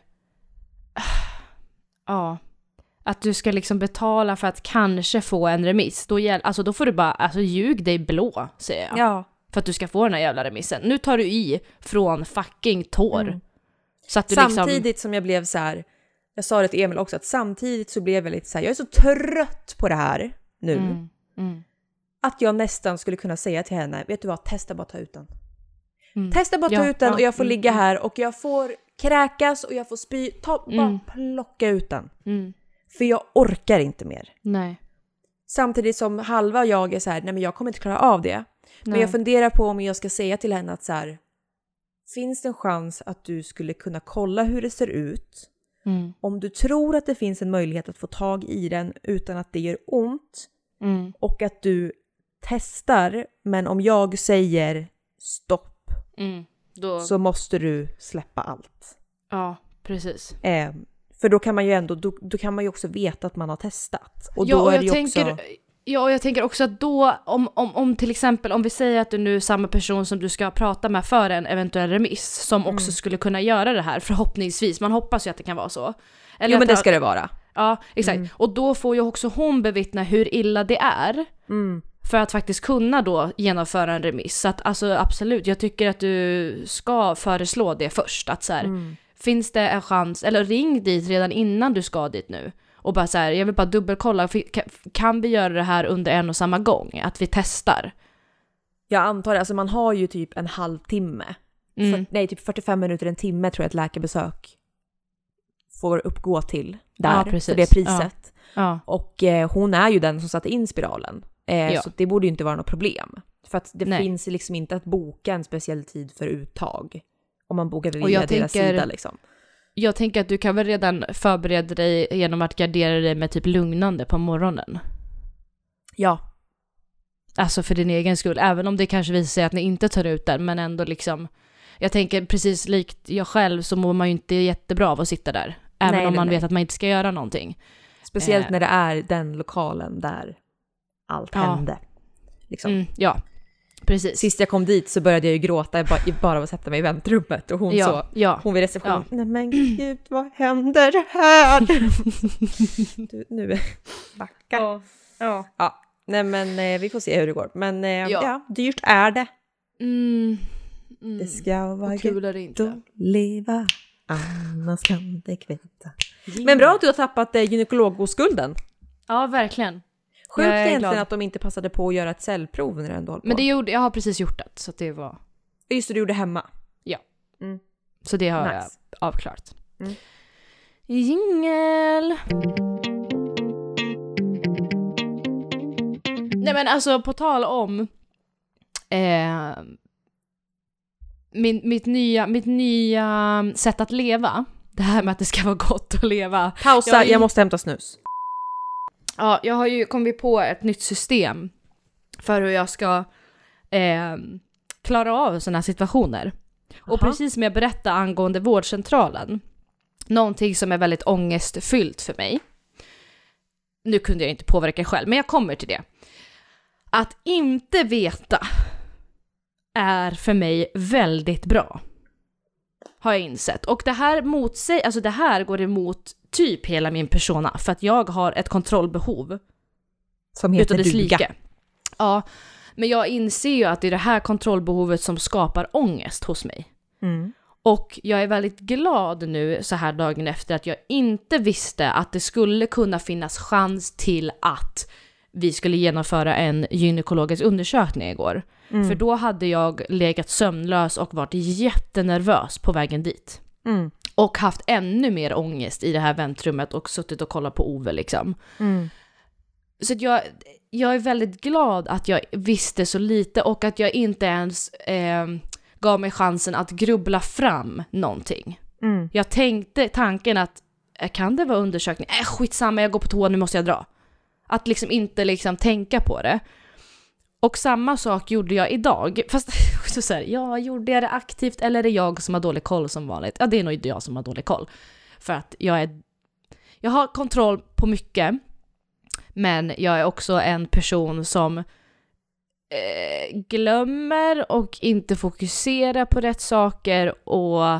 ja, att du ska liksom betala för att kanske få en remiss. Då, gäll, alltså, då får du bara, alltså ljug dig blå, säger jag. Ja. För att du ska få den här jävla remissen. Nu tar du i från fucking tår. Mm. Så att du Samtidigt liksom... som jag blev så här, jag sa det till Emil också, att samtidigt så blev jag lite så här, jag är så trött på det här nu. Mm. Mm. Att jag nästan skulle kunna säga till henne, vet du vad, testa bara ta ut den. Mm. Testa bara ta Ja, ut den ja, och jag får mm, ligga mm. här och jag får kräkas och jag får spy. Ta, bara Mm. plocka ut den. Mm. För jag orkar inte mer. Nej. Samtidigt som halva jag är så här, nej men jag kommer inte klara av det. Men Nej. jag funderar på om jag ska säga till henne att så här, finns det en chans att du skulle kunna kolla hur det ser ut? Mm. Om du tror att det finns en möjlighet att få tag i den utan att det gör ont Mm. och att du testar, men om jag säger stopp Mm. Då... så måste du släppa allt. Ja, precis. Eh, för då kan man ju ändå, då, då kan man ju också veta att man har testat. Och Ja, då och är jag det ju tänker, också... ja, och jag tänker också att då, om, om, om till exempel, om vi säger att du nu är samma person som du ska prata med för en eventuell remiss, som också Mm. skulle kunna göra det här, förhoppningsvis, man hoppas ju att det kan vara så. Eller Jo, men att- det ska det vara. Ja, exakt. Mm. Och då får ju också hon bevittna hur illa det är. Mm. För att faktiskt kunna då genomföra en remiss. Så att alltså absolut, jag tycker att du ska föreslå det först. Att så här, Mm. finns det en chans, eller ring dit redan innan du ska dit nu. Och bara så här, jag vill bara dubbelkolla, kan, kan vi göra det här under en och samma gång? Att vi testar. Jag antar det, alltså man har ju typ en halvtimme. Mm. För, nej, typ fyrtiofem minuter, en timme tror jag ett läkarbesök får uppgå till där, Ja, precis. för det priset. Ja. Och eh, hon är ju den som satte in spiralen. Eh, Ja. Så det borde ju inte vara något problem. För att det Nej. finns liksom inte att boka en speciell tid för uttag. Om man bokar Och via jag deras tänker- sida liksom. Jag tänker att du kan väl redan förbereda dig genom att gardera dig med typ lugnande på morgonen. Ja. Alltså för din egen skull. Även om det kanske visar sig att ni inte tar ut den. Men ändå liksom. Jag tänker precis likt jag själv så mår man ju inte jättebra av att sitta där. Även Nej, om nej, man nej. vet att man inte ska göra någonting. Speciellt Eh. när det är den lokalen där allt Ja. hände. Liksom. Mm, ja, precis. Sist jag kom dit så började jag ju gråta bara, bara av att sätta mig i väntrummet. Och hon ja, så, ja. hon vid receptionen, Ja. nej men gud, vad händer här? du, nu är backa. Ja. Ja. Ja, nej men eh, vi får se hur det går. Men eh, ja. Ja. dyrt är det. Mm. Mm. Det ska vara Och kul är det gött inte. att leva, annars kan det kvitta. Men bra att du har tappat eh, gynekologoskulden. Ja, verkligen. Sjukt Jag är egentligen glad. att de inte passade på att göra ett cellprov när det ändå höll på. Men det gjorde, jag har precis gjort det. Så att det var... Just det, du gjorde hemma. Så det har Nice. jag avklarat. Mm. Jingel! Nej men alltså på tal om eh, min, mitt, nya, mitt nya sätt att leva. Det här med att det ska vara gott att leva. Pausa, Jag jag, är ju- måste hämta snus. Ja, jag har ju kommit på ett nytt system för hur jag ska eh, klara av sådana här situationer. Och Aha. precis som jag berättade angående vårdcentralen, någonting som är väldigt ångestfyllt för mig. Nu kunde jag inte påverka själv, men jag kommer till det. Att inte veta är för mig väldigt bra. Har jag insett. Och det här mot sig, alltså det här går emot typ hela min persona. För att jag har ett kontrollbehov. Som heter Utan dess duga. like. Ja, men jag inser ju att det är det här kontrollbehovet som skapar ångest hos mig. Mm. Och jag är väldigt glad nu så här dagen efter att jag inte visste att det skulle kunna finnas chans till att vi skulle genomföra en gynekologisk undersökning igår. Mm. För då hade jag legat sömnlös och varit jättenervös på vägen dit. Mm. Och haft ännu mer ångest i det här väntrummet och suttit och kollat på Ove liksom. Mm. Så att jag, jag är väldigt glad att jag visste så lite och att jag inte ens eh, gav mig chansen att grubbla fram någonting. Mm. Jag tänkte tanken att kan det vara undersökning? Äh, skitsamma, jag går på toa, nu måste jag dra. Att liksom inte liksom tänka på det. Och samma sak gjorde jag idag. Fast så så här, ja, gjorde jag det aktivt eller är det jag som har dålig koll som vanligt? Ja, det är nog inte jag som har dålig koll. För att jag är jag har kontroll på mycket. Men jag är också en person som eh, glömmer och inte fokuserar på rätt saker och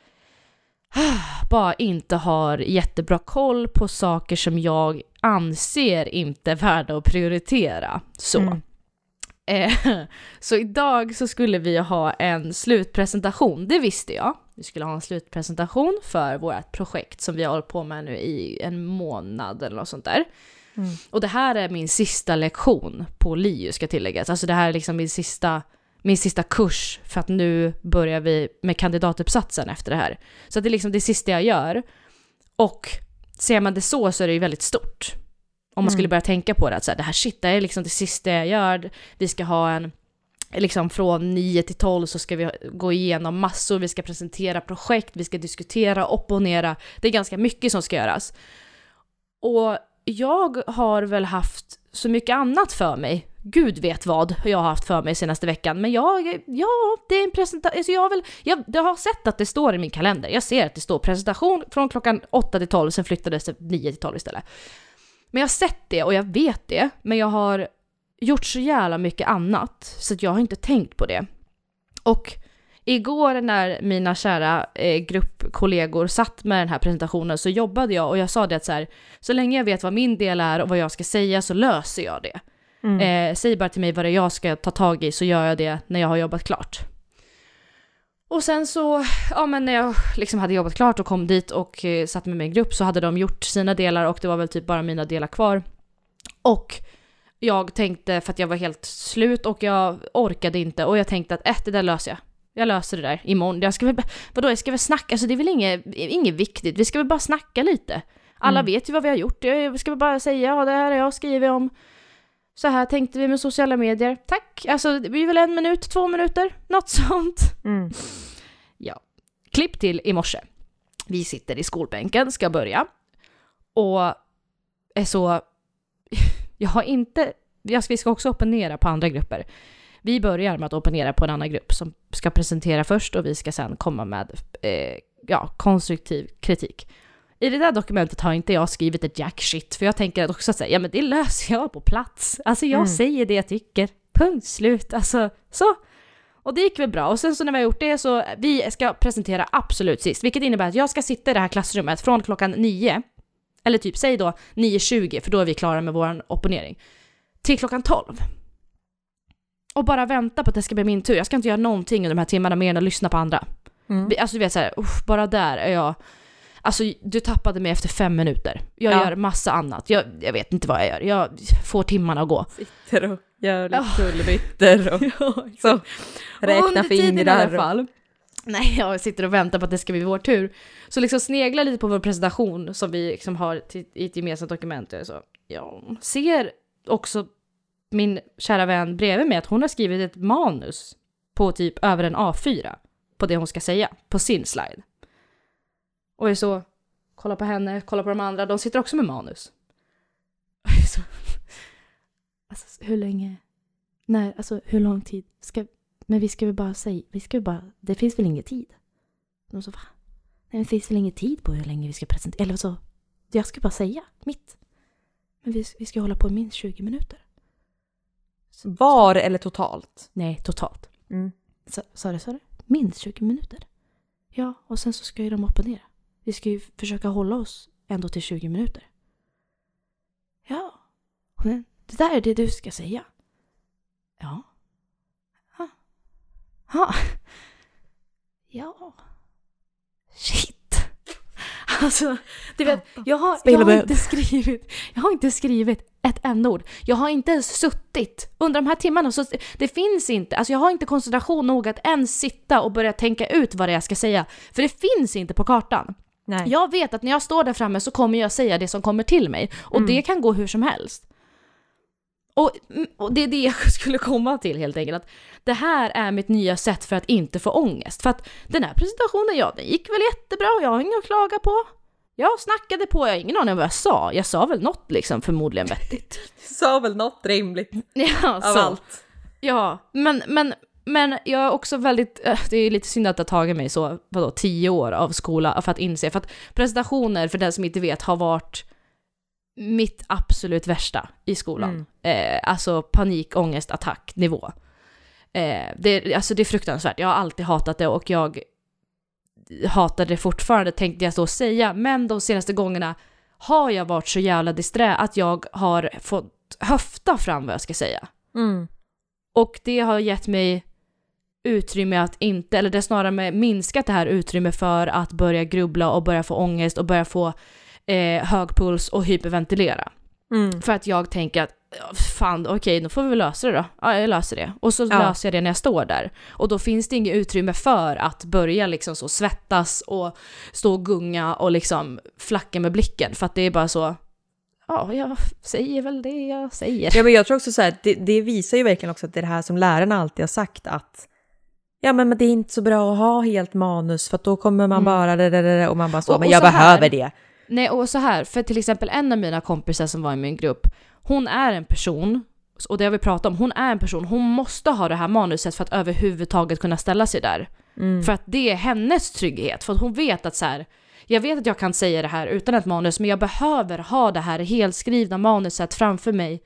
bara inte har jättebra koll på saker som jag anser inte är värda att prioritera. Så. Mm. Eh, så idag så skulle vi ha en slutpresentation, det visste jag. Vi skulle ha en slutpresentation för vårt projekt som vi har hållit på med nu i en månad eller något sånt där. Mm. Och det här är min sista lektion på L I U ska tilläggas. Alltså det här är liksom min sista, min sista kurs för att nu börjar vi med kandidatuppsatsen efter det här. Så det är liksom det sista jag gör. Och ser man det så så är det ju väldigt stort. Om man skulle börja tänka på det, att så här, det här shit, det är liksom det sista jag gör. Vi ska ha en, liksom från nio till tolv så ska vi gå igenom massor. Vi ska presentera projekt, vi ska diskutera, opponera. Det är ganska mycket som ska göras. Och jag har väl haft så mycket annat för mig. Gud vet vad jag har haft för mig senaste veckan. Men jag, ja, det är en presentation. Alltså jag, väl, jag, jag har sett att det står i min kalender. Jag ser att det står presentation från klockan åtta till tolv. Sen flyttades det nio till tolv istället. Men jag har sett det och jag vet det. Men jag har gjort så jävla mycket annat. Så att jag har inte tänkt på det. Och igår när mina kära eh, gruppkollegor satt med den här presentationen så jobbade jag. Och jag sa det att så här, så länge jag vet vad min del är och vad jag ska säga så löser jag det. Mm. Eh, säg bara till mig vad det jag ska ta tag i så gör jag det när jag har jobbat klart. Och sen så, ja men när jag liksom hade jobbat klart och kom dit och eh, satt med mig i en grupp så hade de gjort sina delar och det var väl typ bara mina delar kvar. Och jag tänkte, för att jag var helt slut och jag orkade inte och jag tänkte att äh, det där löser jag. Jag löser det där imorgon. Jag ska väl, vadå, jag ska väl snacka, alltså det är väl inget, inget viktigt, vi ska väl bara snacka lite. Alla mm. vet ju vad vi har gjort, jag ska väl bara säga, ja det här har jag skrivit om. Så här tänkte vi med sociala medier. Tack. Alltså det blir väl en minut, två minuter. Något sånt. Mm. Ja. Klipp till i morse. Vi sitter i skolbänken, ska börja. Och är så... Jag har inte... Vi ska också opponera på andra grupper. Vi börjar med att opponera på en annan grupp som ska presentera först och vi ska sen komma med eh, ja, konstruktiv kritik. I det där dokumentet har inte jag skrivit ett jack shit. För jag tänker att också säga, ja men det löser jag på plats. Alltså jag mm. säger det jag tycker. Punkt slut. Alltså så. Och det gick väl bra. Och sen så när vi har gjort det så vi ska presentera absolut sist. Vilket innebär att jag ska sitta i det här klassrummet från klockan nio. Eller typ säg då nio tjugo för då är vi klara med vår opponering. Till klockan tolv. Och bara vänta på att det ska bli min tur. Jag ska inte göra någonting under de här timmarna mer än att lyssna på andra. Mm. Alltså du vet så här, uff, bara där är jag... Alltså du tappade mig efter fem minuter. Jag ja. gör massa annat. Jag, jag vet inte vad jag gör. Jag får timmarna att gå. Sitter och gör lite kullerbyttor och ja, så räkna och fingrar. I alla fall. Nej, jag sitter och väntar på att det ska bli vår tur. Så liksom snegla lite på vår presentation som vi liksom har till, i ett gemensamt dokument. Så jag ser också min kära vän bredvid mig att hon har skrivit ett manus på typ över en A fyra på det hon ska säga på sin slide. Och är så, kolla på henne, kolla på de andra, de sitter också med manus. Så, alltså hur länge, när, alltså hur lång tid ska, men vi ska väl bara säga, vi ska väl bara, det finns väl ingen tid. De så, va? Nej, det finns väl ingen tid på hur länge vi ska presentera, eller så, jag ska bara säga, mitt. Men vi, vi ska hålla på i minst tjugo minuter. Så, var eller totalt? Nej, totalt. Mm. Så, sa det, sa det? Minst tjugo minuter. Ja, och sen så ska ju de opponera. Vi ska ju försöka hålla oss ändå till tjugo minuter. Ja. Men det där är det du ska säga. Ja. Ha. Ha. Ja. Shit. Alltså, du vet, jag har, jag har inte skrivit jag har inte skrivit ett enda ord. Jag har inte ens suttit under de här timmarna så det finns inte, alltså jag har inte koncentration nog att ens sitta och börja tänka ut vad det är jag ska säga. För det finns inte på kartan. Nej. Jag vet att när jag står där framme så kommer jag säga det som kommer till mig. Och mm. det kan gå hur som helst. Och, och det är det jag skulle komma till helt enkelt. Att det här är mitt nya sätt för att inte få ångest. För att den här presentationen, ja, den gick väl jättebra. Jag har inget att klaga på. Jag snackade på, jag har ingen aning om vad jag sa. Jag sa väl något liksom förmodligen vettigt. Du sa väl något rimligt. Ja, av så. allt. Ja, men, men, men jag är också väldigt, det är lite synd att det har tagit mig så, vadå, tio år av skola för att inse. För att presentationer, för den som inte vet, har varit mitt absolut värsta i skolan. Mm. Eh, alltså panik, ångest, attack, nivå. Eh, det, alltså det är fruktansvärt. Jag har alltid hatat det och jag hatar det fortfarande, tänkte jag så säga. Men de senaste gångerna har jag varit så jävla disträ att jag har fått höfta fram vad jag ska säga. Mm. Och det har gett mig utrymme att inte, eller det är snarare med minskat det här utrymme för att börja grubbla och börja få ångest och börja få eh, hög puls och hyperventilera. Mm. För att jag tänker att fan, okej, okay, då får vi väl lösa det då. Ja, jag löser det. Och så ja. löser jag det när jag står där. Och då finns det inget utrymme för att börja liksom så svettas och stå och gunga och liksom flacka med blicken. För att det är bara så, ja, jag säger väl det jag säger. Ja, men jag tror också så här, det, det visar ju verkligen också att det är det här som lärarna alltid har sagt att ja, men, men det är inte så bra att ha helt manus för att då kommer man mm. bara det, det, det, och man bara så, och, men och jag så behöver här, det. Nej, och så här, för till exempel en av mina kompisar som var i min grupp, hon är en person, och det har vi pratat om, hon är en person, hon måste ha det här manuset för att överhuvudtaget kunna ställa sig där. Mm. För att det är hennes trygghet, för att hon vet att så här, jag vet att jag kan säga det här utan ett manus, men jag behöver ha det här helskrivna manuset framför mig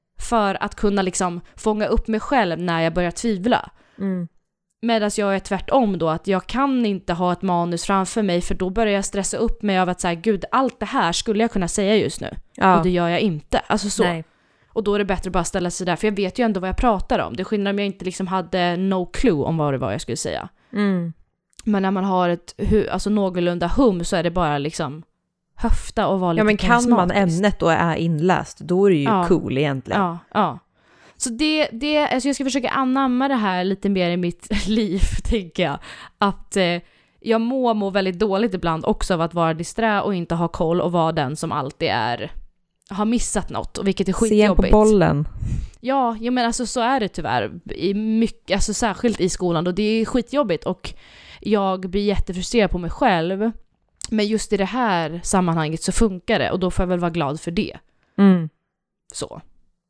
för att kunna liksom fånga upp mig själv när jag börjar tvivla. Mm. Medan jag är tvärtom då, att jag kan inte ha ett manus framför mig för då börjar jag stressa upp mig av att säga, gud, allt det här skulle jag kunna säga just nu. Ja. Och det gör jag inte. Alltså så. Nej. Och då är det bättre att bara ställa sig där, för jag vet ju ändå vad jag pratar om. Det är skillnad om jag inte liksom hade no clue om vad det var jag skulle säga. Mm. Men när man har ett alltså någorlunda hum så är det bara liksom höfta och vara lite. Ja, men kan man ämnet och är inläst, då är det ju ja. cool egentligen. Ja, ja. Så det, det, alltså jag ska försöka anamma det här lite mer i mitt liv, tänker jag. Att eh, jag må må väldigt dåligt ibland också av att vara disträ och inte ha koll och vara den som alltid är, har missat något, och vilket är skitjobbigt. Sen på bollen. Ja, jag menar alltså så är det tyvärr. I mycket, alltså särskilt i skolan, och det är skitjobbigt och jag blir jättefrustrerad på mig själv. Men just i det här sammanhanget så funkar det, och då får jag väl vara glad för det. Mm. Så.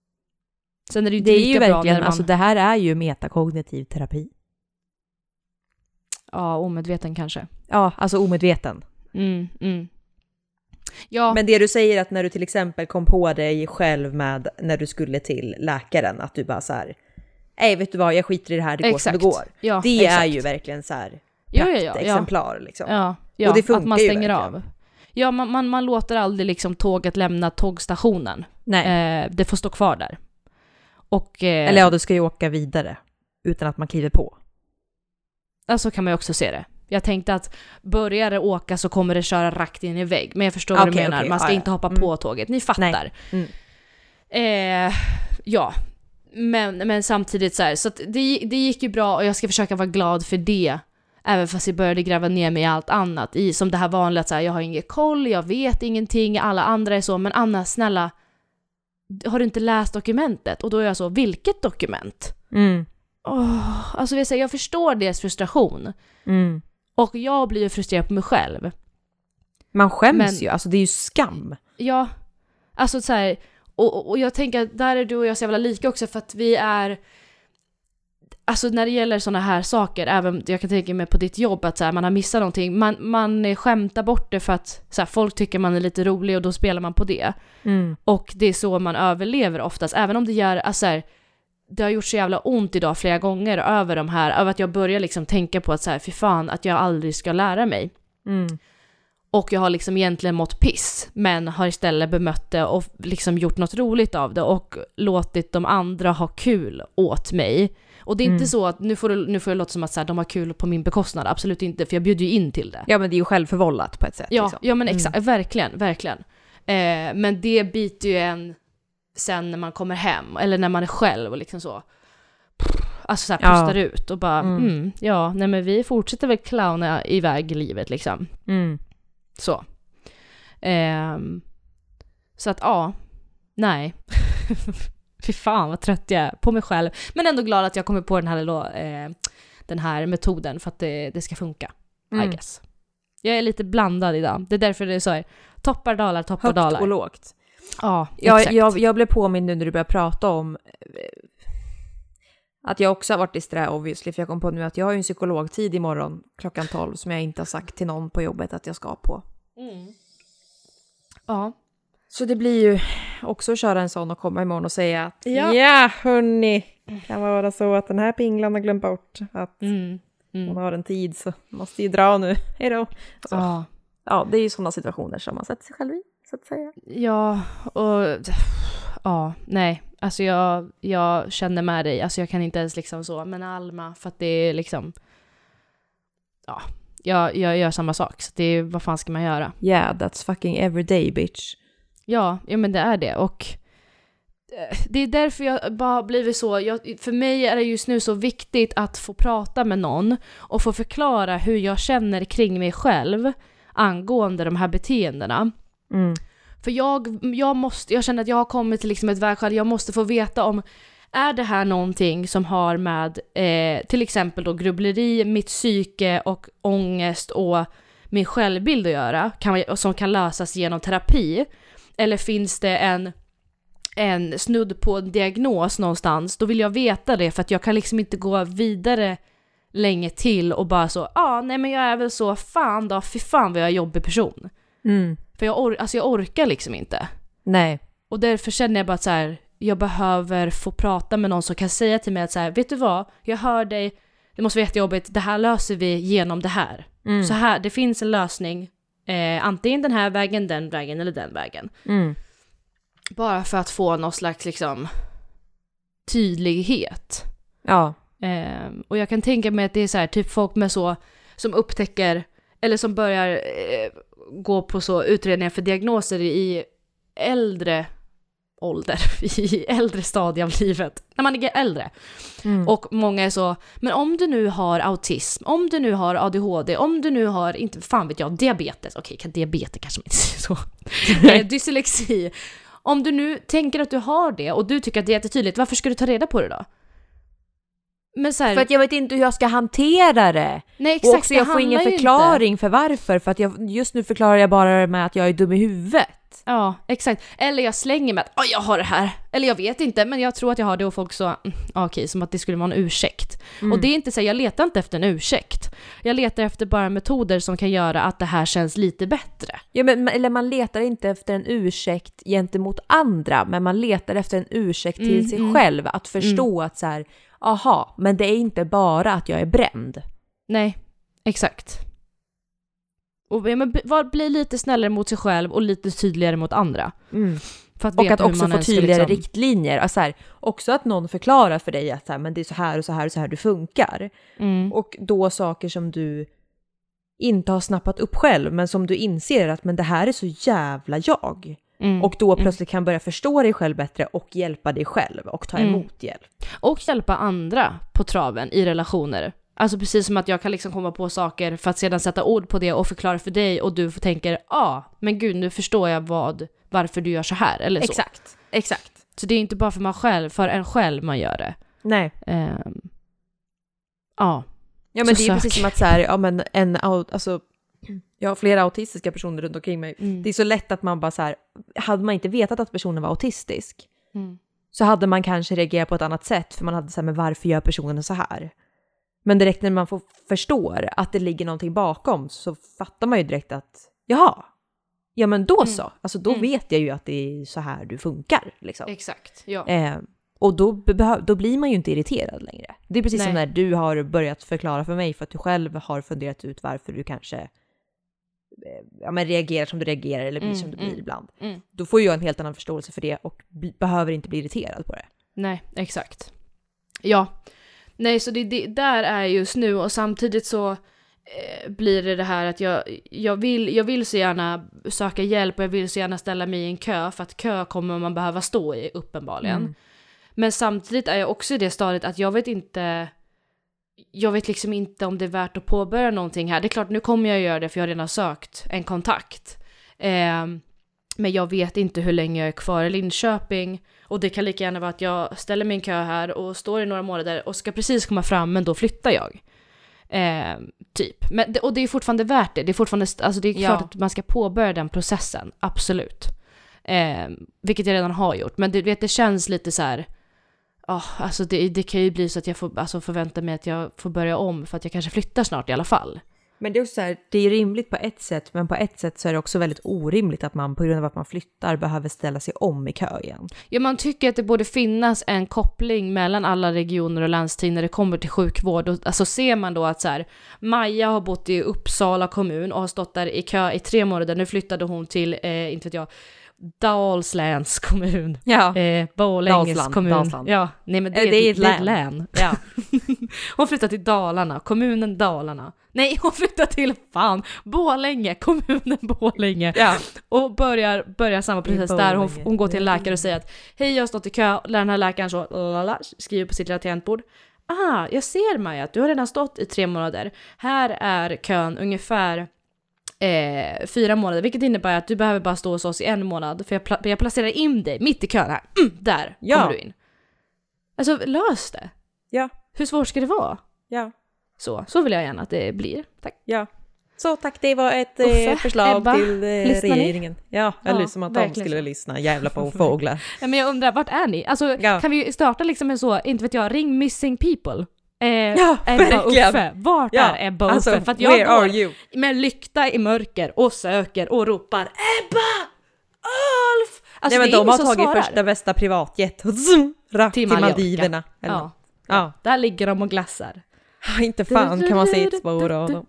Sen är det ju, det är ju verkligen, man... alltså det här är ju metakognitiv terapi. Ja, omedveten kanske. Ja, alltså omedveten. Mm, mm. Ja. Men det du säger, att när du till exempel kom på dig själv med när du skulle till läkaren, att du bara så här, nej, vet du vad, jag skiter i det här, det går exakt. som det går. Ja, det exakt. är ju verkligen så här ja, ja, ja, exemplar liksom. Ja, ja. Och det funkar att man stänger ju av. Ja, man, man, man låter aldrig liksom tåget lämna tågstationen. Nej. Eh, det får stå kvar där. Och, eh, eller ja, du ska ju åka vidare utan att man kliver på. Alltså kan man ju också se det. Jag tänkte att börjar det åka så kommer det köra rakt in i vägg. Men jag förstår okay, vad du menar. Okay, man ska ah, inte hoppa mm. på tåget. Ni fattar. Mm. Eh, ja. Men, men samtidigt så här. Så att det, det gick ju bra, och jag ska försöka vara glad för det. Även fast jag började gräva ner mig i allt annat. I, som det här vanliga, så här, jag har ingen koll, jag vet ingenting. Alla andra är så. Men Anna, snälla, har du inte läst dokumentet? Och då är jag så, vilket dokument? Mm. Oh, alltså jag, säger, jag förstår deras frustration. Mm. Och jag blir ju frustrerad på mig själv. Man skäms Men, ju, alltså det är ju skam. Ja, alltså så här, och, och jag tänker att där är du och jag så jävla lika också, för att vi är, alltså när det gäller såna här saker, även jag kan tänka mig på ditt jobb, att så här, man har missat någonting, man, man skämtar bort det för att så här, folk tycker man är lite rolig, och då spelar man på det. Mm. Och det är så man överlever oftast, även om det gör, alltså här, det har gjort så jävla ont idag flera gånger över de här, över att jag börjar liksom tänka på att så här, fy fan, att jag aldrig ska lära mig. Mm. Och jag har liksom egentligen mått piss, men har istället bemött det och liksom gjort något roligt av det och låtit de andra ha kul åt mig. Och det är mm. inte så att nu får, du, nu får jag låta som att så här, de har kul på min bekostnad. Absolut inte, för jag bjuder ju in till det. Ja, men det är ju självförvållat på ett sätt. Ja, liksom. ja men exakt, mm. verkligen, verkligen. Eh, men det biter ju en sen när man kommer hem, eller när man är själv och liksom så, alltså så här pustar ja. ut och bara, mm. Mm, ja, nej men vi fortsätter väl clowna iväg i livet liksom. Mm. Så. Eh, så att ja, nej. Fy fan vad trött jag är på mig själv. Men ändå glad att jag kommer på den här, då, eh, den här metoden för att det, det ska funka, mm. I guess. Jag är lite blandad idag. Det är därför det är så här, toppar, dalar, toppar, högt dalar. och lågt. Ja, jag, exakt. jag, jag blev påmind nu när du började prata om att jag också har varit disträ, obviously, för jag kom på nu att jag har ju en psykologtid imorgon klockan tolv som jag inte har sagt till någon på jobbet att jag ska på. Mm. Ja. Så det blir ju också att köra en sån och komma imorgon och säga att ja, ja hörni, kan vara så att den här pinglan har glömt bort att mm. Mm. hon har en tid så måste ju dra nu. Hejdå. Alltså, Ja. ja, det är ju sådana situationer som man sätter sig själv i, så att säga. Ja, och ja, nej. Alltså jag, jag känner med dig. Alltså jag kan inte ens liksom så, men Alma, för att det är liksom, ja, jag, jag gör samma sak. Så det är, vad fan ska man göra? Yeah, that's fucking everyday bitch. Ja, ja men det är det. Och det är därför jag bara blivit så, jag, för mig är det just nu så viktigt att få prata med någon och få förklara hur jag känner kring mig själv angående de här beteendena. Mm. För jag, jag måste, jag känner att jag har kommit till liksom ett vägskäl, jag måste få veta om, är det här någonting som har med eh, till exempel då grubbleri, mitt psyke och ångest och min självbild att göra, kan, som kan lösas genom terapi, eller finns det en en snudd på en diagnos någonstans, då vill jag veta det, för att jag kan liksom inte gå vidare länge till och bara så, ja, ah, nej men jag är väl så, fan då, fy fan vad jag är jobbig person. Mm. För jag, or- alltså jag orkar liksom inte. Nej. Och därför känner jag bara att så här, jag behöver få prata med någon som kan säga till mig att så här, vet du vad, jag hör dig, det måste vara jättejobbigt, det här löser vi genom det här. Mm. Så här, det finns en lösning, eh, antingen den här vägen, den vägen eller den vägen. Mm. Bara för att få någon slags liksom tydlighet. Ja. Eh, och jag kan tänka mig att det är så här, typ folk med så, som upptäcker, eller som börjar eh, gå på så utredningar för diagnoser i äldre ålder, i äldre stadie av livet, när man är äldre. Mm. Och många är så, men om du nu har autism, om du nu har A D H D, om du nu har, inte fan vet jag, diabetes, okej, okay, diabetes kanske man inte säger så, eh, dyslexi, om du nu tänker att du har det och du tycker att det är jättetydligt, varför ska du ta reda på det då? Men så här, för att jag vet inte hur jag ska hantera det. Nej, exakt, och också jag får ingen förklaring för varför. För att jag, just nu förklarar jag bara med att jag är dum i huvudet. Ja, exakt. Eller jag slänger med att oh, jag har det här. Eller jag vet inte, men jag tror att jag har det, och folk så, mm, okej, okay, som att det skulle vara en ursäkt. Mm. Och det är inte så, jag letar inte efter en ursäkt. Jag letar efter bara metoder som kan göra att det här känns lite bättre. Ja, men eller man letar inte efter en ursäkt gentemot andra, men man letar efter en ursäkt till mm, sig mm. själv. Att förstå mm. att så här, aha, men det är inte bara att jag är bränd. Nej, exakt. Och men, var, bli lite snällare mot sig själv och lite tydligare mot andra. Mm. För att och att också få tydligare liksom riktlinjer. Alltså här, också att någon förklarar för dig att så här, men det är så här och så här och så här du funkar. Mm. Och då saker som du inte har snappat upp själv, men som du inser att men det här är så jävla jag. Mm. Och då plötsligt kan börja förstå dig själv bättre och hjälpa dig själv och ta emot mm. hjälp. Och hjälpa andra på traven i relationer. Alltså precis som att jag kan liksom komma på saker för att sedan sätta ord på det och förklara för dig, och du tänker, ja, ah, men gud, nu förstår jag vad, varför du gör så här, eller så. Exakt, exakt. Så det är inte bara för man själv, för en själv man gör det. Nej. Um, ja. Ja, men så det är sök. precis som att så här, ja men en, alltså, jag har flera autistiska personer runt omkring mig. Mm. Det är så lätt att man bara så här, hade man inte vetat att personen var autistisk mm. så hade man kanske reagerat på ett annat sätt, för man hade så här, men varför gör personen så här? Men direkt när man får förstår att det ligger någonting bakom, så fattar man ju direkt att jaha, ja men då mm. så. Alltså då mm. vet jag ju att det är så här du funkar. Liksom. Exakt, ja. Eh, och då, behö- då blir man ju inte irriterad längre. Det är precis Nej. som när du har börjat förklara för mig för att du själv har funderat ut varför du kanske eh, ja, men reagerar som du reagerar eller blir mm, som du blir mm, ibland. Mm. Då får jag en helt annan förståelse för det och b- behöver inte bli irriterad på det. Nej, exakt. Ja. Nej, så det, det där är just nu, och samtidigt så eh, blir det det här att jag, jag, vill, jag vill så gärna söka hjälp, och jag vill så gärna ställa mig i en kö, för att kö kommer man behöva stå i uppenbarligen. Mm. Men samtidigt är jag också i det stadiet att jag vet inte, jag vet liksom inte om det är värt att påbörja någonting här. Det är klart, nu kommer jag göra det för jag har redan sökt en kontakt. Eh, men jag vet inte hur länge jag är kvar i Linköping. Och det kan lika gärna vara att jag ställer min kö här och står i några månader och ska precis komma fram, men då flyttar jag. Eh, typ. Men, och det är fortfarande värt det. Det är fortfarande, alltså det är klart Ja. att man ska påbörja den processen. Absolut. Eh, vilket jag redan har gjort. Men du vet, det känns lite så här. Oh, alltså det, det kan ju bli så att jag får alltså förvänta mig att jag får börja om för att jag kanske flyttar snart i alla fall. Men det är också så här, det är rimligt på ett sätt, men på ett sätt så är det också väldigt orimligt att man på grund av att man flyttar behöver ställa sig om i kö igen. Ja, man tycker att det borde finnas en koppling mellan alla regioner och landsting när det kommer till sjukvård. Och, alltså ser man då att så här, Maja har bott i Uppsala kommun och har stått där i kö i tre månader. Nu flyttade hon till, eh, inte vet jag, Dalslands kommun. Ja. Eh, Borlänges Dalsland, kommun. Dalsland. Ja, nej men det, det är ett det är ett län. län. Ja. Hon flyttar till Dalarna, kommunen Dalarna. Nej, hon flyttar till fan Borlänge, kommunen Borlänge. Ja. Och börjar, börjar samma process där. Hon, hon går till en läkare och säger att hej, jag har stått i kö. Den här läkaren så lalala, skriver på sitt lilla tangentbord. Ah, jag ser Maja att du har redan stått i tre månader. Här är kön ungefär eh, fyra månader. Vilket innebär att du behöver bara stå hos oss i en månad. För jag, pla- jag placerar in dig mitt i kön här. Mm, där Ja. kommer du in. Alltså, lös det. Ja. Hur svårt ska det vara? Ja. Så, så vill jag gärna att det blir. Tack. Ja. Så tack, det var ett Uffe, eh, förslag Ebba, till eh, lyssnar ni? regeringen. Ja, eller Ja, som att de verkligen skulle så. lyssna. Jävla på fåglar. Ja, men jag undrar, vart är ni? Alltså, Ja. kan vi starta liksom en så, inte vet jag, ring missing people? Eh, Ja, Ebba verkligen. Uffe. Vart Ja, är Ebba alltså, Uffe? För att jag where går are you? med lykta i mörker och söker och ropar Ebba! Ulf! Alltså, Nej, men det är de har ingen som tagit svarar. första bästa privatjet och zoom, rakt till, Mallorca. Maldiverna. Eller Ja. något. Ja. Ja. Där ligger de och glassar. Inte fan kan man se ett spår av dem.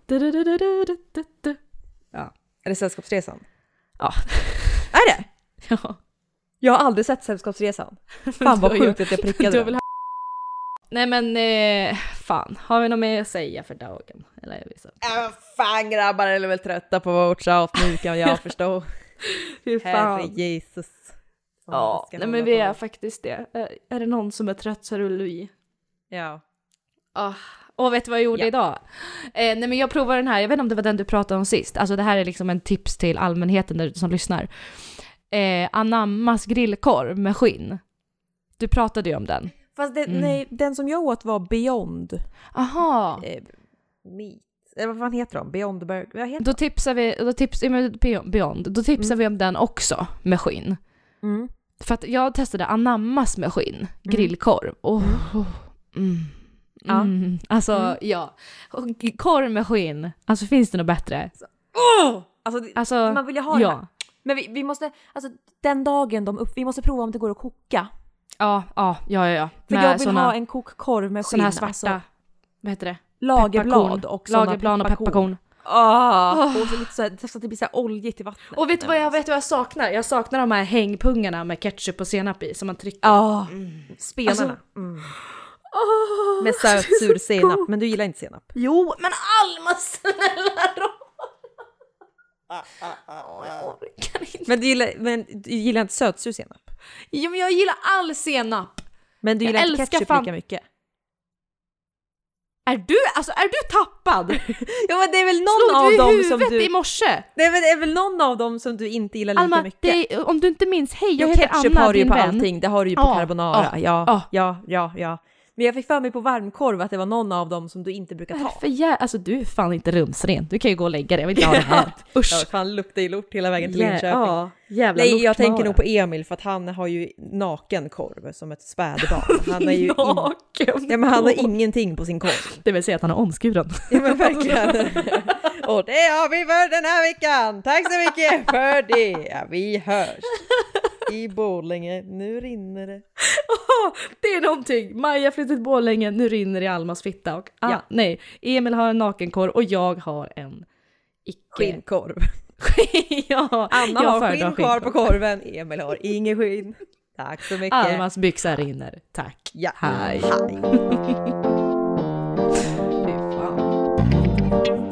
Ja. Är det Sällskapsresan? Ja. Är det? Ja. Jag har aldrig sett Sällskapsresan. Fan vad Du har ju- sjukt att jag prickade Du har den. väl Nej men, eh, fan. Har vi något mer att säga för dagen? Eller är vi så? Äh, fan grabbar, är väl trötta på vårt tjat nu kan jag förstå. Hur Herre Jesus. Vad Ja, ska nej hålla men vi på. är faktiskt det. Är, är det någon som är trött så är det Louis. Ja. Ah. Och vet du vad jag gjorde Ja. idag? Eh, nej men jag provar den här, jag vet inte om det var den du pratade om sist. Alltså det här är liksom en tips till allmänheten där, som lyssnar. Eh, Anammas grillkorv med skinn. Du pratade ju om den. Fast det, Mm. nej, den som jag åt var Beyond Aha. eh, Meat. Eller vad fan heter de? Beyond the Burger. Vad heter Då tipsar vi, då tips, ja, men Beyond, då tipsar Mm. vi om den också med skinn. de? Mm. För att jag testade Anammas med skinn, grillkorv. Oh, oh, mm. Ja. Mm. Alltså, Mm. ja. Och korv med skinn. Alltså, finns det något bättre? Oh! Alltså, det- Alltså, man vill ju ha det ja. här. Men vi, vi måste, alltså den dagen de upp, vi måste prova om det går att koka. Ja, ja, ja, ja. För Med jag vill såna, ha en kokkorv med skinn. såna här svarta, Alltså, vad heter det? lagerblad Pepparkorn. och såna Lagerblad och pepparkorn. Ah, Oh. och så lite så, här, så att det blir så här oljigt i vattnet. Och vet du vad jag, vet du vad jag saknar? Jag saknar de här hängpungarna med ketchup och senap i som man trycker. Ja, Mm. spenarna. Alltså- mm. Oh, Med söt, sur senap. Men du gillar inte senap. Jo, men Alma, snälla då! Oh, jag orkar inte. Men du gillar, men du gillar inte sötsur senap. Jo, men jag gillar all senap. Men du Jag gillar inte älskar ketchup fan- lika mycket. Är du, alltså är du tappad? Ja, men det är väl någon Slog av du i dem som huvudet du... i morse? Det är, väl, det är väl någon av dem som du inte gillar lika Alma, mycket. det är, om du inte minns, hej jag Jo, heter ketchup Anna, har du ju din på vän. allting. Det har du ju på Ja, carbonara. ja, Ja, ja. ja, ja, ja. Men jag fick för mig på varmkorv att det var någon av dem som du inte brukar ta. För jä- alltså du är fan inte rumsren. Du kan ju gå och lägga dig. Jag vill inte ha det här. Usch. Ja, fan luktar ju lort hela vägen till Jä- Linköping. ja, jävla Nej, jag lortmara. tänker nog på Emil för att han har ju nakenkorv som ett spädbarn. Han är ju in... Naken. Ja, men han har ingenting på sin korv. Det vill säga att han har omskuren. Ja, men verkligen. Och det har vi för den här veckan. Tack så mycket för det. Ja, vi hörs i Borlänge. Nu rinner det. Det är någonting. Maja flyttat till Borlänge, nu rinner i Almas fitta. Och, ah, Ja. nej, Emil har en nakenkorv och jag har en icke... Skinnkorv. ja, Anna jag har föredrar skinn kvar på skinnkorv. korven. Emil har ingen skinn. Tack så mycket. Almas byxa rinner. Tack. Ja. Hej. Hej. Fy fan.